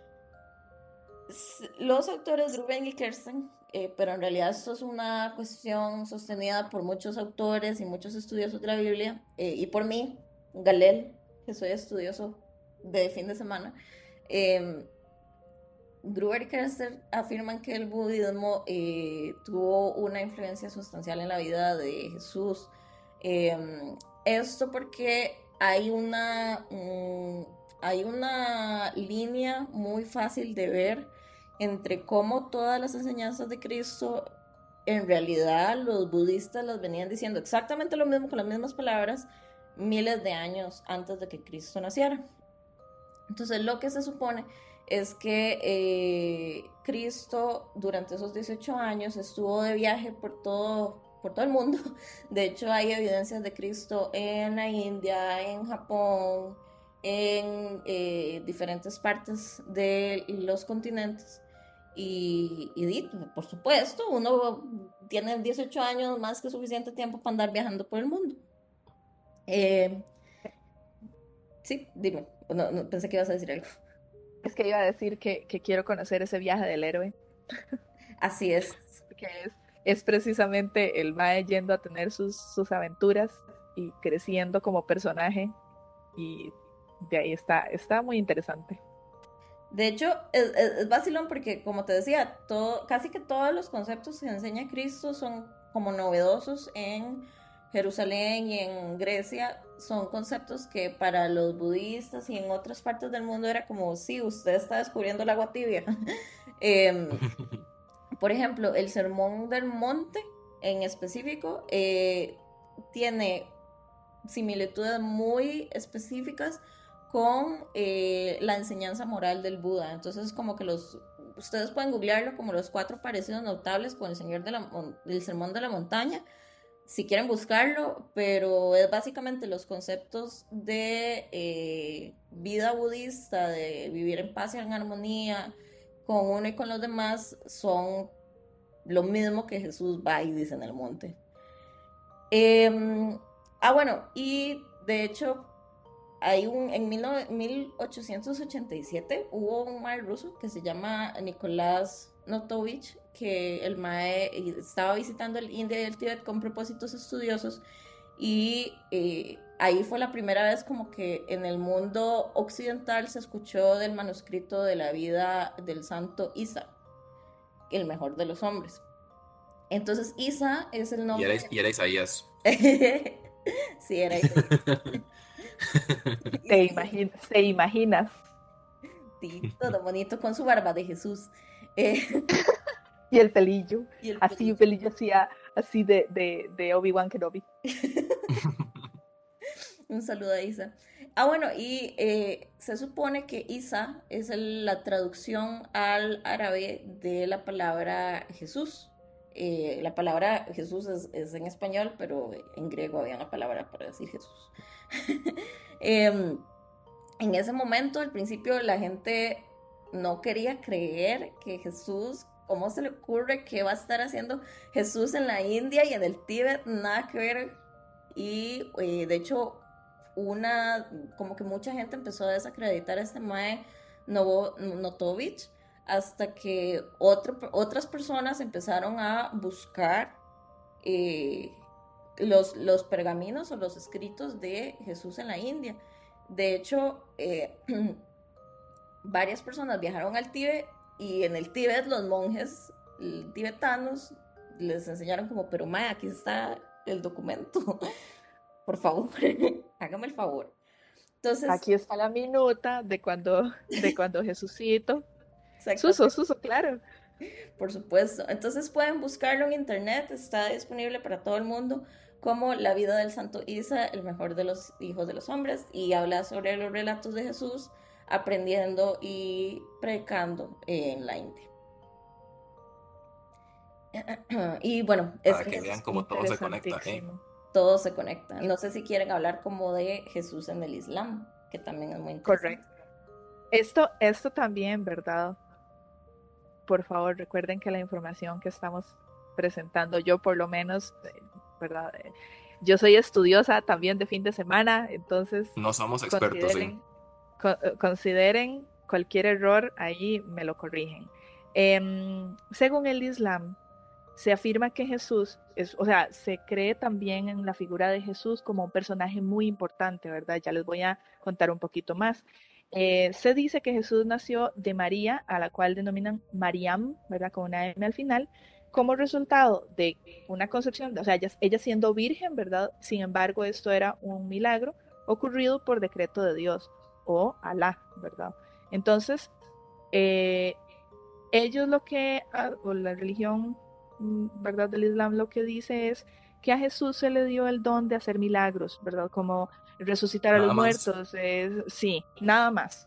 s- los autores Ruben y Kersten, eh, pero en realidad esto es una cuestión sostenida por muchos autores y muchos estudiosos de la Biblia, eh, y por mí, Galel, que soy estudioso de fin de semana. Eh, Gruber y Kersten afirman que el budismo eh, tuvo una influencia sustancial en la vida de Jesús. Eh, esto porque hay una, um, hay una línea muy fácil de ver entre cómo todas las enseñanzas de Cristo, en realidad los budistas las venían diciendo exactamente lo mismo con las mismas palabras miles de años antes de que Cristo naciera. Entonces lo que se supone es que eh, Cristo durante esos dieciocho años estuvo de viaje por todo, por todo el mundo. De hecho hay evidencias de Cristo en la India, en Japón, en eh, diferentes partes de los continentes. Y, y, por supuesto, uno tiene dieciocho años más que suficiente tiempo para andar viajando por el mundo. Eh, sí, dime, no, no, pensé que ibas a decir algo. Es que iba a decir que, que quiero conocer ese viaje del héroe. Así es. Que es, es precisamente el mae yendo a tener sus, sus aventuras y creciendo como personaje. Y de ahí está, está muy interesante. De hecho, es, es, es vacilón porque, como te decía, todo, casi que todos los conceptos que enseña Cristo son como novedosos en Jerusalén y en Grecia. Son conceptos que para los budistas y en otras partes del mundo era como, sí, usted está descubriendo el agua tibia. eh, por ejemplo, el Sermón del Monte en específico eh, tiene similitudes muy específicas con eh, la enseñanza moral del Buda. Entonces, como que los ustedes pueden googlearlo como los cuatro parecidos notables con el señor de la, el sermón de la montaña, si quieren buscarlo, pero es básicamente los conceptos de eh, vida budista, de vivir en paz y en armonía con uno y con los demás, son lo mismo que Jesús va y dice en el monte. Eh, ah, bueno, y de hecho, hay un, en mil ochocientos ochenta y siete hubo un mae ruso que se llama Nicolás Notovich, que el mae estaba visitando el India y el Tíbet con propósitos estudiosos y eh, ahí fue la primera vez como que en el mundo occidental se escuchó del manuscrito de la vida del santo Isa, el mejor de los hombres. Entonces Isa es el nombre... Y era, y era Isaías. Sí, era Isaías. Te, imagin te imaginas. Sí, todo bonito con su barba de Jesús. Eh, y el pelillo. y el Así, pelillo. un pelillo así así de, de, de Obi-Wan Kenobi. Un saludo a Isa. Ah, bueno, y eh, se supone que Isa es el- la traducción al árabe de la palabra Jesús. Eh, la palabra Jesús es, es en español, pero en griego había una palabra para decir Jesús. Em, en ese momento, al principio, la gente no quería creer que Jesús, ¿cómo se le ocurre que va a estar haciendo Jesús en la India y en el Tíbet? Nada que ver. Y eh, de hecho, una, como que mucha gente empezó a desacreditar a este Mae Novo, Notovich hasta que otro, otras personas empezaron a buscar eh, los, los pergaminos o los escritos de Jesús en la India. De hecho, eh, varias personas viajaron al Tíbet y en el Tíbet los monjes tibetanos les enseñaron como, pero mae, aquí está el documento, por favor, hágame el favor. Entonces, Aquí está la minuta de cuando, de cuando Jesucito. Suso, exactamente, Suso, claro. por supuesto. Entonces pueden buscarlo en internet, está disponible para todo el mundo como La vida del Santo Isa, el mejor de los hijos de los hombres, y habla sobre los relatos de Jesús aprendiendo y predicando en la India. Y bueno, es, Para que es, vean cómo todo se conecta, ¿eh? Interesantísimo. todo se conecta. No sé si quieren hablar como de Jesús en el Islam, que también es muy interesante. Correcto. Esto, esto también, ¿verdad? Por favor, recuerden que la información que estamos presentando, yo por lo menos, eh, ¿verdad? Eh, Yo soy estudiosa también de fin de semana, entonces No somos expertos, ¿eh? consideren, co- eh, consideren cualquier error, ahí me lo corrigen. Em, según el Islam, se afirma que Jesús es, o sea, se cree también en la figura de Jesús como un personaje muy importante, ¿verdad? Ya les voy a contar un poquito más. Eh, se dice que Jesús nació de María, a la cual denominan Mariam, ¿verdad? Con una M al final, como resultado de una concepción, o sea, ella, ella siendo virgen, ¿verdad? Sin embargo, esto era un milagro ocurrido por decreto de Dios o Alá, ¿verdad? Entonces, eh, ellos lo que, ah, o la religión, mm, ¿verdad? Del Islam lo que dice es que a Jesús se le dio el don de hacer milagros, ¿verdad? Como resucitar a los Nada más. muertos, eh, sí, nada más.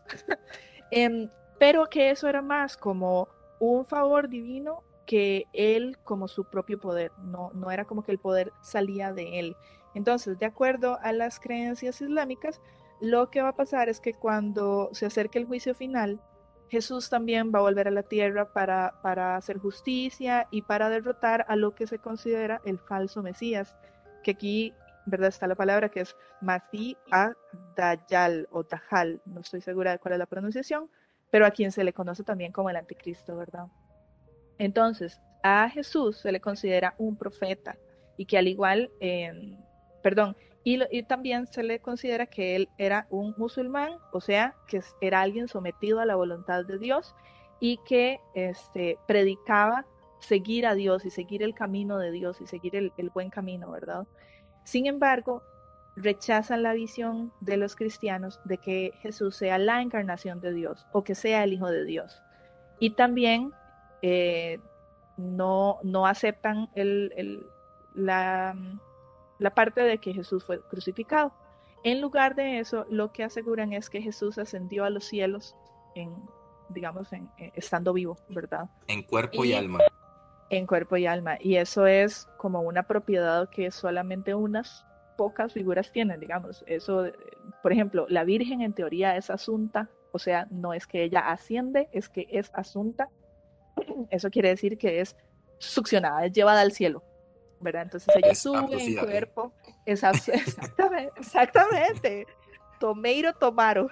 Em, pero que eso era más como un favor divino que él como su propio poder, no, no era como que el poder salía de él. Entonces, de acuerdo a las creencias islámicas, lo que va a pasar es que cuando se acerque el juicio final, Jesús también va a volver a la tierra para, para hacer justicia y para derrotar a lo que se considera el falso Mesías, que aquí, ¿verdad? Está la palabra que es Masí a Dayal o Dajal, no estoy segura de cuál es la pronunciación, pero a quien se le conoce también como el anticristo, ¿verdad? Entonces, a Jesús se le considera un profeta y que al igual, eh, perdón, y, lo, y, también se le considera que él era un musulmán, o sea, que era alguien sometido a la voluntad de Dios y que este, predicaba seguir a Dios y seguir el camino de Dios y seguir el, el buen camino, ¿verdad? Sin embargo, rechazan la visión de los cristianos de que Jesús sea la encarnación de Dios o que sea el Hijo de Dios. Y también eh, no, no aceptan el, el, la, la parte de que Jesús fue crucificado. En lugar de eso, lo que aseguran es que Jesús ascendió a los cielos en, digamos, en, en, estando vivo, ¿verdad? En cuerpo y Y alma. en cuerpo y alma. Y eso es como una propiedad que solamente unas pocas figuras tienen, digamos. Eso, por ejemplo, la Virgen en teoría es asunta, o sea, no es que ella asciende, es que es asunta. Eso quiere decir que es succionada, es llevada al cielo, ¿verdad? Entonces ella Es sube en abducida, ¿eh? cuerpo, es exactamente, exactamente, Tomeiro Tomaro,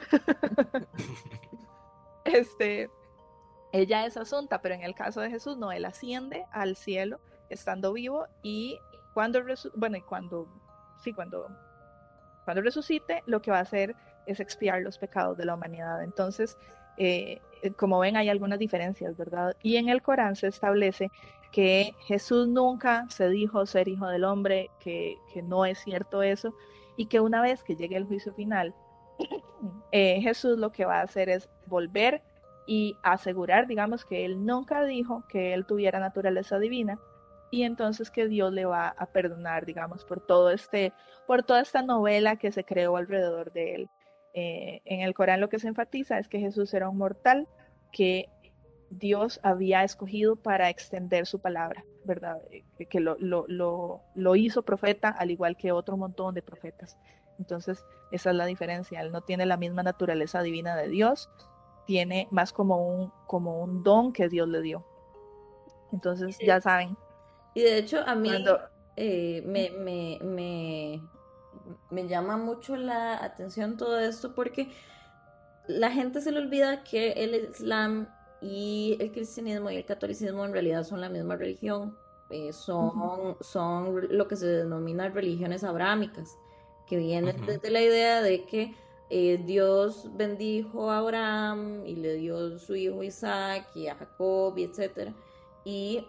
este, ella es asunta, pero en el caso de Jesús no, él asciende al cielo estando vivo y cuando, bueno, y cuando, sí, cuando, cuando resucite, lo que va a hacer es expiar los pecados de la humanidad. Entonces, eh, como ven, hay algunas diferencias, ¿verdad? Y en el Corán se establece que Jesús nunca se dijo ser hijo del hombre, que, que no es cierto eso, y que una vez que llegue el juicio final, eh, Jesús lo que va a hacer es volver y asegurar, digamos, que él nunca dijo que él tuviera naturaleza divina y entonces que Dios le va a perdonar, digamos, por todo este, por toda esta novela que se creó alrededor de él. Eh, en el Corán lo que se enfatiza es que Jesús era un mortal que Dios había escogido para extender su palabra, ¿verdad? Que, que lo, lo, lo, lo hizo profeta al igual que otro montón de profetas. Entonces, esa es la diferencia. Él no tiene la misma naturaleza divina de Dios, tiene más como un, como un don que Dios le dio. Entonces, ya saben. Y de hecho, a mí Cuando... eh, me, me, me, me llama mucho la atención todo esto porque la gente se le olvida que el Islam y el cristianismo y el catolicismo en realidad son la misma religión. Eh, son, Ujú. son lo que se denomina religiones abrámicas, que vienen Ujú. desde la idea de que eh, Dios bendijo a Abraham y le dio su hijo Isaac y a Jacob y etcétera. Y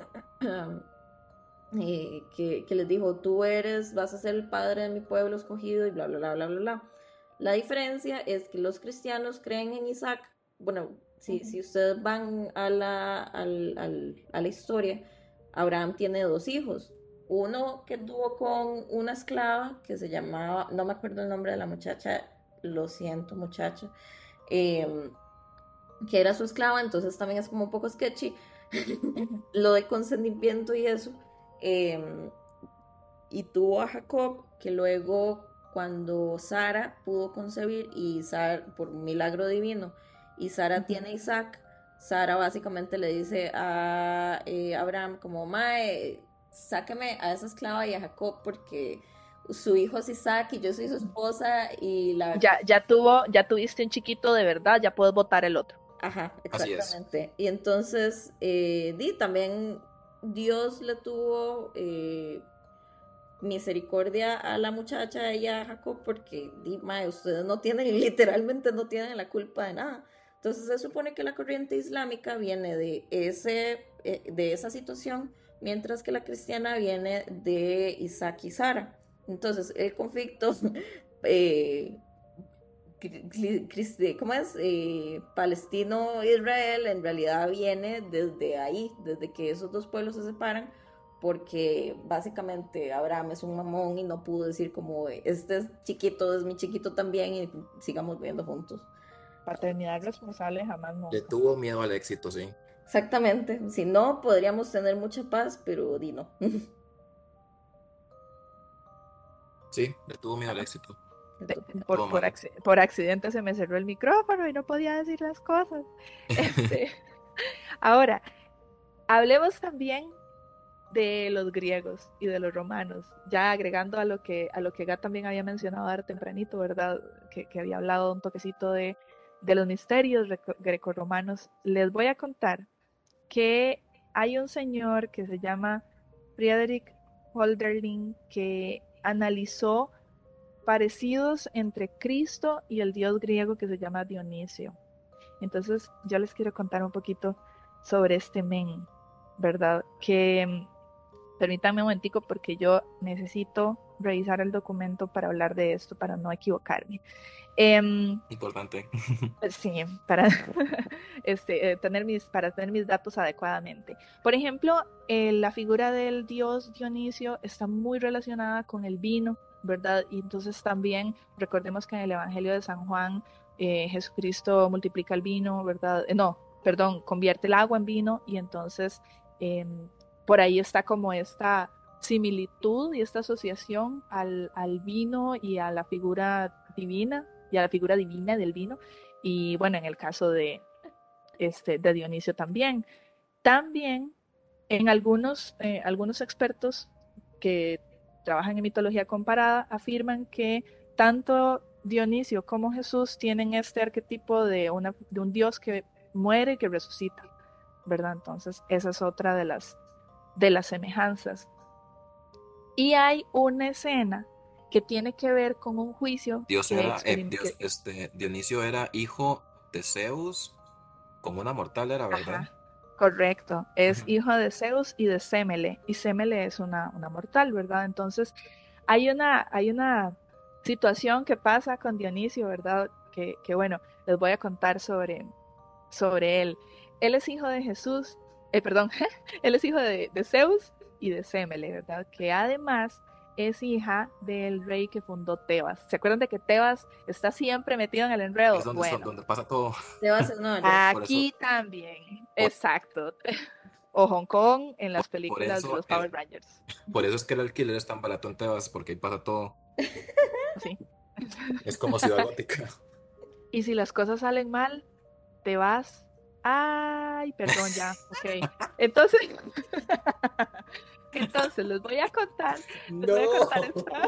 eh, que, que les dijo, tú eres, vas a ser el padre de mi pueblo escogido y bla, bla, bla, bla, bla, bla. La diferencia es que los cristianos creen en Isaac. Bueno, si, Ujú. si ustedes van a la, al, al, a la historia, Abraham tiene dos hijos. Uno que tuvo con una esclava que se llamaba, no me acuerdo el nombre de la muchacha, lo siento muchacha, eh, que era su esclava, entonces también es como un poco sketchy Ujú. lo de consentimiento y eso. Eh, y tuvo a Jacob, que luego cuando Sara pudo concebir y Sara, por un milagro divino, y Sara Ujú. tiene a Isaac, Sara básicamente le dice a eh, Abraham como, mae, sáqueme a esa esclava y a Jacob porque su hijo es Isaac y yo soy su esposa y la... Ya, ya tuvo, ya tuviste un chiquito de verdad, ya puedes votar el otro. Ajá, Así es. exactamente. Y entonces, eh, di, también Dios le tuvo eh, misericordia a la muchacha y a Jacob porque, di, mae, ustedes no tienen, literalmente no tienen la culpa de nada. Entonces se supone que la corriente islámica viene de, ese, eh, de esa situación, mientras que la cristiana viene de Isaac y Sara. Entonces el conflicto eh, ¿cómo es? Eh, Palestino-Israel en realidad viene desde ahí, desde que esos dos pueblos se separan, porque básicamente Abraham es un mamón y no pudo decir como, este es chiquito, es mi chiquito también y sigamos viviendo juntos. Paternidad responsable jamás Le nunca. tuvo miedo al éxito, sí. Exactamente, si no, podríamos tener mucha paz, pero di no. Sí, le tuvo miedo al éxito. De- por, Todo por, mal. acci- por accidente se me cerró el micrófono y no podía decir las cosas. Este, ahora, hablemos también de los griegos y de los romanos, ya agregando a lo que a lo que Gat también había mencionado ahora tempranito, ¿verdad? Que, que había hablado un toquecito de, de los misterios greco- grecorromanos. Les voy a contar que hay un señor que se llama Friedrich Hölderlin que analizó parecidos entre Cristo y el dios griego que se llama Dionisio. Entonces, yo les quiero contar un poquito sobre este men, ¿verdad? Que permítanme un momentico porque yo necesito revisar el documento para hablar de esto, para no equivocarme. Eh, Importante. sí, para, este, eh, tener mis, para tener mis datos adecuadamente. Por ejemplo, eh, la figura del dios Dionisio está muy relacionada con el vino, ¿verdad? Y entonces también recordemos que en el Evangelio de San Juan eh, Jesucristo multiplica el vino, ¿verdad? Eh, no, perdón, convierte el agua en vino y entonces eh, por ahí está como esta similitud y esta asociación al, al vino y a la figura divina y a la figura divina del vino. Y bueno, en el caso de, este, de Dionisio también. También en algunos, eh, algunos expertos que trabajan en mitología comparada afirman que tanto Dionisio como Jesús tienen este arquetipo de, una, de un Dios que muere y que resucita, ¿verdad? Entonces, esa es otra de las, de las semejanzas. Y hay una escena que tiene que ver con un juicio Dios que, era, eh, experim Dios, que este, Dionisio era hijo de Zeus con una mortal, era verdad. ajá, correcto, es Ujú. hijo de Zeus y de Semele, y Semele es una, una mortal, ¿verdad? Entonces, hay una, hay una situación que pasa con Dionisio, ¿verdad? Que, que bueno, les voy a contar sobre, sobre él. Él es hijo de Jesús, eh, perdón, él es hijo de, de Zeus y de Semele, ¿verdad? Que además es hija del rey que fundó Tebas. ¿Se acuerdan de que Tebas está siempre metido en el Es enredo? donde, está- Bueno, donde pasa todo. Te vas a Nueva York. Por eso, aquí también, por, exacto. O Hong Kong en las por películas de eso, los el, Power Rangers. por eso es que el alquiler es tan barato en Tebas, porque ahí pasa todo. Sí. Es como Ciudad Gótica. Y si las cosas salen mal, te vas. Ay, perdón, ya, ok. Entonces, entonces les voy a contar, les voy a contar No. esta,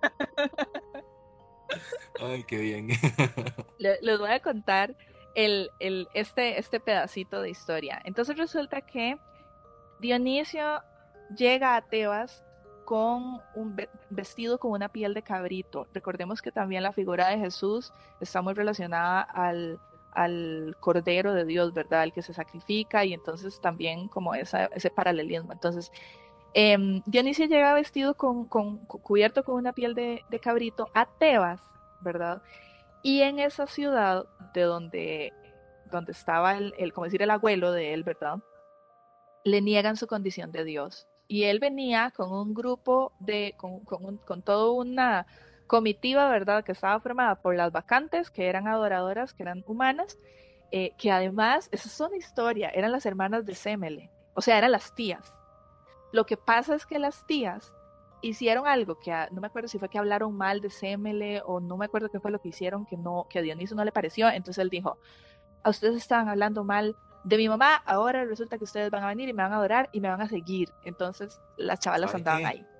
Ay, qué bien. le- les voy a contar el, el, este, este pedacito de historia. Entonces resulta que Dionisio llega a Tebas con un ve- vestido con una piel de cabrito. Recordemos que también la figura de Jesús está muy relacionada al, al Cordero de Dios, ¿verdad? El que se sacrifica y entonces también como esa, ese paralelismo. Entonces, eh, Dionisio llega vestido con, con, cu- cubierto con una piel de, de cabrito a Tebas, ¿verdad? Y en esa ciudad de donde, donde estaba el, el, como decir, el abuelo de él, ¿verdad? Le niegan su condición de Dios. Y él venía con un grupo de, con, con, un, con toda una comitiva, ¿verdad? Que estaba formada por las vacantes, que eran adoradoras, que eran humanas, eh, que además, esa es una historia, eran las hermanas de Semele, o sea, eran las tías. Lo que pasa es que las tías hicieron algo que a, no me acuerdo si fue que hablaron mal de Semele o no me acuerdo qué fue lo que hicieron que no que a Dioniso no le pareció, entonces él dijo, a ustedes estaban hablando mal de mi mamá, ahora resulta que ustedes van a venir y me van a adorar y me van a seguir. Entonces las chavalas ¿Sabe andaban qué? ahí.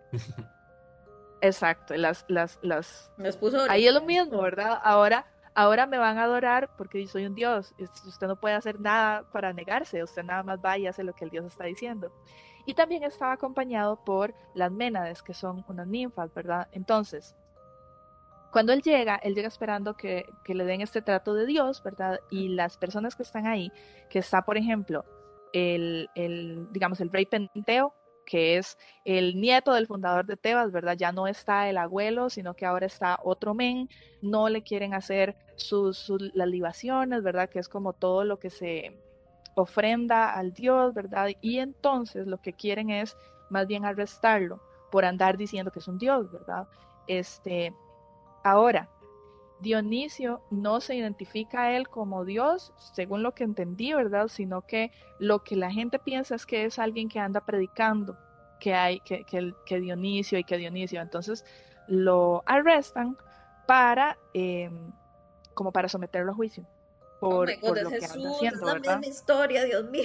Exacto, las, las, las... Me expuso Ahí es lo origen. mismo, ¿verdad? Ahora, ahora me van a adorar porque yo soy un dios. Usted no puede hacer nada para negarse, usted nada más va y hace lo que el dios está diciendo. Y también estaba acompañado por las Ménades, que son unas ninfas, ¿verdad? Entonces, cuando él llega, él llega esperando que, que, le den este trato de Dios, ¿verdad? Y las personas que están ahí, que está, por ejemplo, el, el digamos, el rey Penteo, que es el nieto del fundador de Tebas, ¿verdad? Ya no está el abuelo, sino que ahora está otro men, no le quieren hacer sus, sus las libaciones, ¿verdad? Que es como todo lo que se ofrenda al Dios, ¿verdad? Y entonces lo que quieren es más bien arrestarlo por andar diciendo que es un Dios, ¿verdad? Este, Ahora, Dionisio no se identifica a él como Dios, según lo que entendí, ¿verdad? Sino que lo que la gente piensa es que es alguien que anda predicando, que hay, que, que, que Dionisio y que Dionisio. Entonces lo arrestan para, eh, como para someterlo a juicio Oh my por, God, por es lo que anda Jesús, es haciendo, la ¿verdad? misma historia, Dios mío.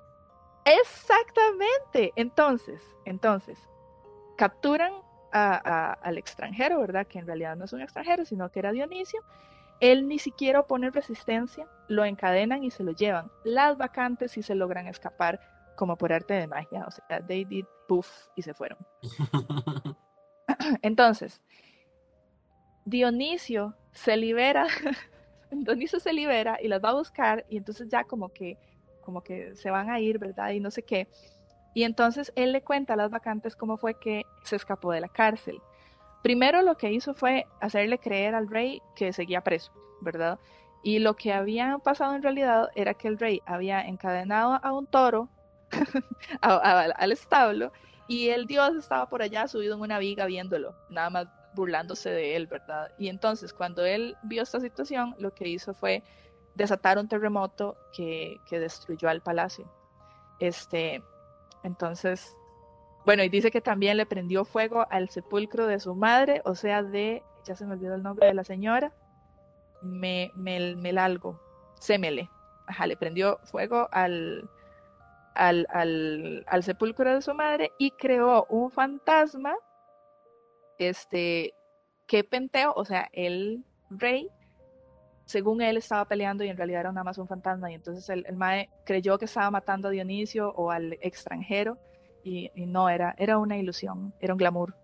Exactamente. Entonces, entonces, capturan a, a, al extranjero, ¿verdad? Que en realidad no es un extranjero, sino que era Dionisio. Él ni siquiera opone resistencia, lo encadenan y se lo llevan. Las vacantes sí se logran escapar como por arte de magia, o sea, they did puff y se fueron. Entonces, Dionisio se libera, Dionisio se libera y las va a buscar y entonces ya como que, como que se van a ir, ¿verdad? Y no sé qué. Y entonces él le cuenta a las vacantes cómo fue que se escapó de la cárcel. Primero lo que hizo fue hacerle creer al rey que seguía preso, ¿verdad? Y lo que había pasado en realidad era que el rey había encadenado a un toro a, a, al establo y el dios estaba por allá subido en una viga viéndolo, nada más burlándose de él, ¿verdad? Y entonces cuando él vio esta situación, lo que hizo fue desatar un terremoto que, que destruyó al palacio. Este, entonces bueno, y dice que también le prendió fuego al sepulcro de su madre, o sea, de, ya se me olvidó el nombre de la señora, me, Mel, Melalgo, Semele. Ajá, le prendió fuego al, al, al, al sepulcro de su madre y creó un fantasma, este, que Penteo, o sea, el rey, según él estaba peleando y en realidad era nada más un fantasma, y entonces el, el Mae creyó que estaba matando a Dionisio o al extranjero, y, y no, era, era una ilusión, era un glamour.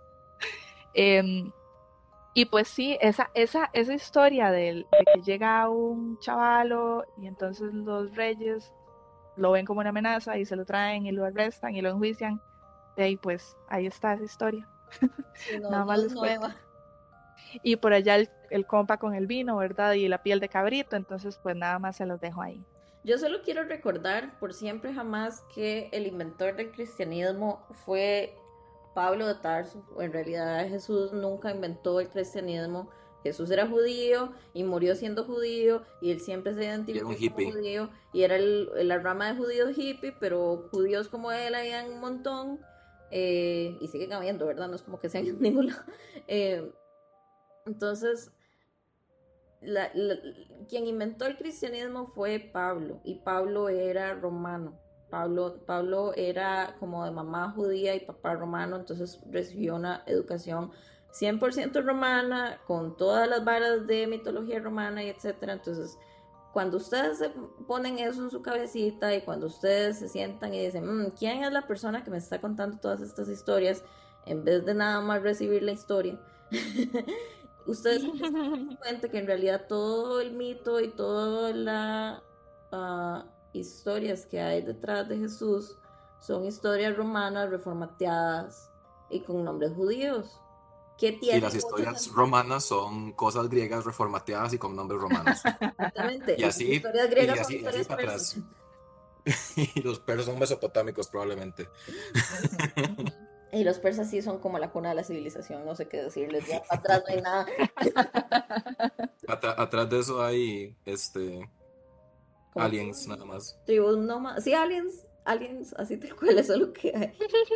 Eh, y pues sí, esa, esa, esa historia del, de que llega un chavalo y entonces los reyes lo ven como una amenaza y se lo traen y lo arrestan y lo enjuician, y ahí pues ahí está esa historia, Si no, nada no más es les cuento. nueva. Y por allá el, el compa con el vino, ¿verdad? Y la piel de cabrito, entonces pues nada más se los dejo ahí. Yo solo quiero recordar por siempre jamás que el inventor del cristianismo fue Pablo de Tarso, o en realidad Jesús nunca inventó el cristianismo. Jesús era judío y murió siendo judío y él siempre se Y era un identificó como hippie. judío y era el- la rama de judíos hippie, pero judíos como él habían un montón, eh, y siguen habiendo, ¿verdad? No es como que sean en ningún lado. Eh, entonces, la- la- quien inventó el cristianismo fue Pablo y Pablo era romano. Pablo, Pablo era como de mamá judía y papá romano, entonces recibió una educación cien por ciento romana, con todas las varas de mitología romana y etcétera. Entonces, cuando ustedes se ponen eso en su cabecita y cuando ustedes se sientan y dicen, "Mm, ¿quién es la persona que me está contando todas estas historias?", en vez de nada más recibir la historia, ustedes cuenta que en realidad todo el mito y todas las uh, historias que hay detrás de Jesús son historias romanas reformateadas y con nombres judíos, que Y las tienen mucho historias sentido. romanas son cosas griegas reformateadas y con nombres romanos. Exactamente, Y y las así, historias y griegas son así, y así historias para persas. atrás. Y los perros son mesopotámicos probablemente. Ujú. Y los persas sí son como la cuna de la civilización, no sé qué decirles, ya para atrás no hay nada. Atra- atrás de eso hay este Como aliens nada más. tribus nómadas, sí, aliens, aliens, así tal cual, eso es lo que hay.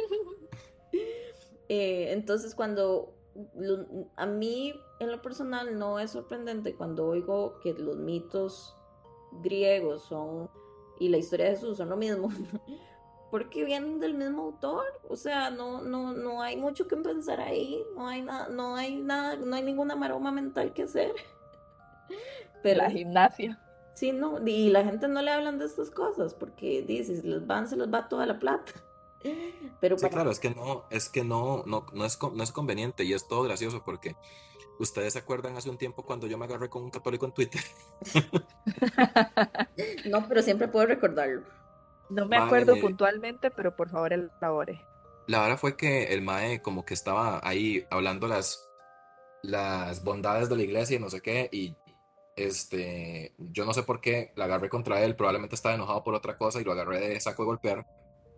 Eh, entonces, cuando lo- a mí en lo personal no es sorprendente cuando oigo que los mitos griegos son y la historia de Jesús son lo mismo, porque vienen del mismo autor, o sea, no, no, no hay mucho que pensar ahí, no hay nada, no hay nada, no hay ninguna maroma mental que hacer, pero La gimnasia. sí, no, y la gente no le hablan de estas cosas porque dices, les van, se les va toda la plata, pero Sí, para claro, es que no, es que no, no, no es, co- no es conveniente y es todo gracioso porque ustedes se acuerdan hace un tiempo cuando yo me agarré con un católico en Twitter. no, pero siempre puedo recordarlo. No me acuerdo Mae, puntualmente, pero por favor elabore. la verdad fue que el Mae como que estaba ahí hablando las, las bondades de la iglesia y no sé qué, y este, yo no sé por qué la agarré contra él, probablemente estaba enojado por otra cosa y lo agarré de saco de golpear.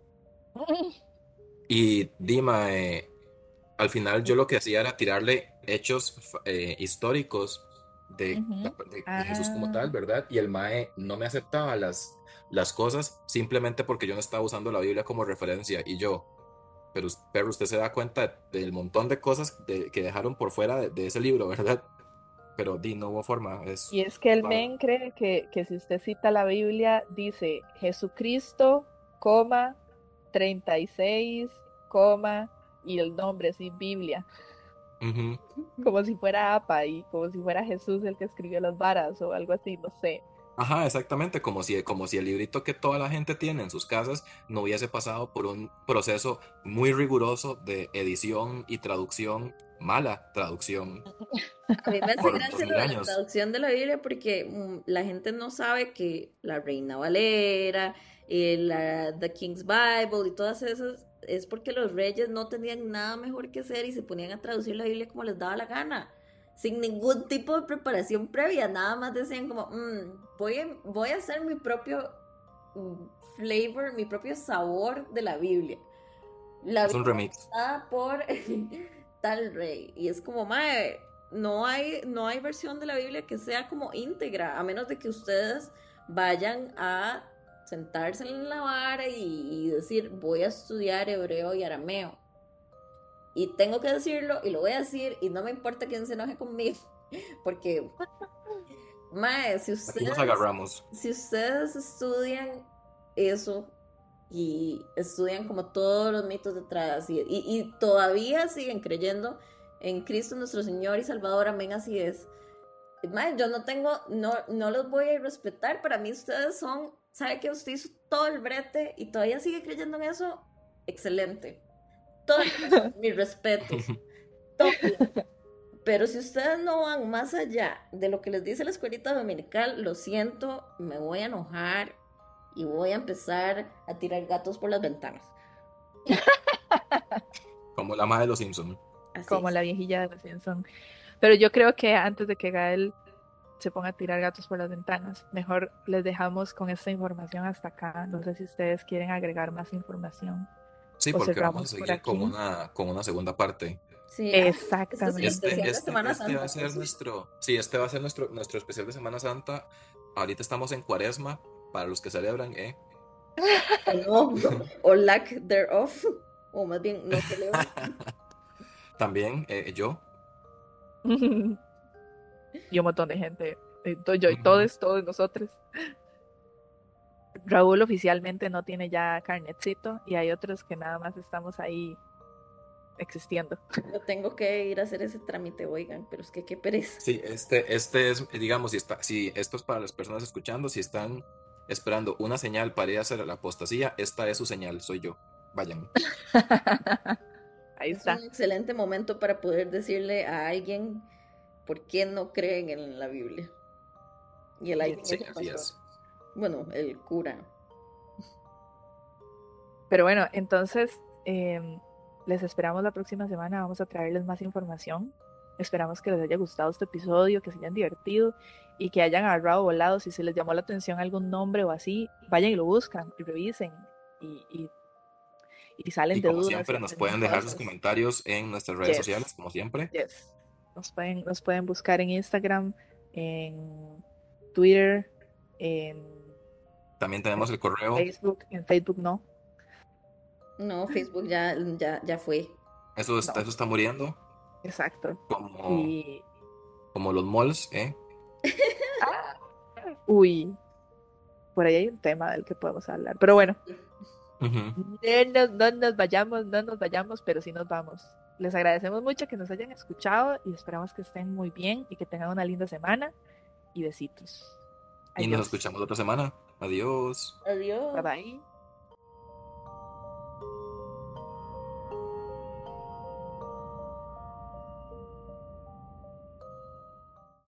Y Dima, eh, al final yo lo que hacía era tirarle hechos fa- eh, históricos de, la- Ujú. de- de Jesús como Ah, tal, ¿verdad? Y el Mae no me aceptaba las, las cosas simplemente porque yo no estaba usando la Biblia como referencia. Y yo, pero, us- pero usted se da cuenta del montón de cosas de- que dejaron por fuera de, de ese libro, ¿verdad? Pero di, no hubo forma, es y es que el raro. men cree que, que si usted cita la Biblia, dice Jesucristo, coma, treinta y seis, coma, y el nombre, sí, Biblia, Ujú. como si fuera A P A y como si fuera Jesús el que escribió las varas o algo así, no sé. Ajá, exactamente, como si, como si el librito que toda la gente tiene en sus casas no hubiese pasado por un proceso muy riguroso de edición y traducción, mala traducción, A mí me hace por dos gracia mil lo de la años. traducción de la Biblia porque mm, la gente no sabe que la Reina Valera, eh, la The King's Bible y todas esas es porque los reyes no tenían nada mejor que hacer y se ponían a traducir la Biblia como les daba la gana, sin ningún tipo de preparación previa, nada más decían como, "Mm, voy, a, voy a hacer mi propio mm, flavor, mi propio sabor de la Biblia. La Es un Biblia remix. está por tal rey. Y es como, mae, no hay, no hay versión de la Biblia que sea como íntegra, a menos de que ustedes vayan a sentarse en la vara y, y decir, voy a estudiar hebreo y arameo. Y tengo que decirlo y lo voy a decir y no me importa quién se enoje conmigo, porque, mae, si Aquí nos ustedes, agarramos. si ustedes estudian eso y estudian como todos los mitos detrás y, y, y todavía siguen creyendo en Cristo nuestro Señor y Salvador, amén, así es. Mae, yo no tengo, no, no los voy a respetar, para mí ustedes son, sabe que usted hizo todo el brete y todavía sigue creyendo en eso, excelente, todo el resto, mis respetos, todo bien. Pero si ustedes no van más allá de lo que les dice la escuelita dominical, lo siento, me voy a enojar y voy a empezar a tirar gatos por las ventanas. Como la madre de los Simpson. Así Como es. la viejilla de los Simpson. Pero yo creo que antes de que Gael se ponga a tirar gatos por las ventanas. Mejor les dejamos con esta información hasta acá. No sé si ustedes quieren agregar más información Sí, o porque vamos a cerramos por seguir con aquí. una, con una segunda parte. Sí, ah, este es el Exactamente. Este, especial de este, Semana este va Santa, a ser entonces. nuestro, sí, este va a ser nuestro, nuestro especial de Semana Santa. Ahorita estamos en Cuaresma, para los que celebran, ¿eh? O no, o lack thereof, o más bien no celebran. También eh, yo. Y un montón de gente. eh, to- Yo y Ujú. todos, todos nosotros. Raúl oficialmente no tiene ya carnetcito y hay otros que nada más estamos ahí existiendo. Yo tengo que ir a hacer ese trámite, oigan, pero es que qué pereza. Sí, este, este es, digamos, si está, si esto es para las personas escuchando, si están esperando una señal para ir a hacer la apostasía, esta es su señal, soy yo. Vayan. Ahí Es un está. excelente momento para poder decirle a alguien por qué no creen en la Biblia. Y el alguien Yes. Sí, es el así pastor. es. Bueno, el cura. Pero bueno, entonces em, les esperamos la próxima semana. Vamos a traerles más información. Esperamos que les haya gustado este episodio, que se hayan divertido y que hayan agarrado volados. Si se les llamó la atención algún nombre o así, vayan y lo buscan y revisen y, y, y salen Y de como dudas y siempre, nos aprenden pueden dejar sus cosas. comentarios en nuestras redes Yes, sociales, como siempre. yes. Nos pueden, nos pueden buscar en Instagram, en Twitter, en También tenemos el correo. Facebook. En Facebook no, No, Facebook ya, ya, ya fue. Eso está, no, eso está muriendo, exacto. como, Y como los malls, ¿eh? ah, uy, por ahí hay un tema del que podemos hablar. Pero bueno, Ujú. no nos, no nos vayamos, no nos vayamos, pero sí nos vamos. Les agradecemos mucho que nos hayan escuchado y esperamos que estén muy bien y que tengan una linda semana. Y besitos. Y nos Adiós. escuchamos la otra semana. Adiós. Bye Adiós. bye.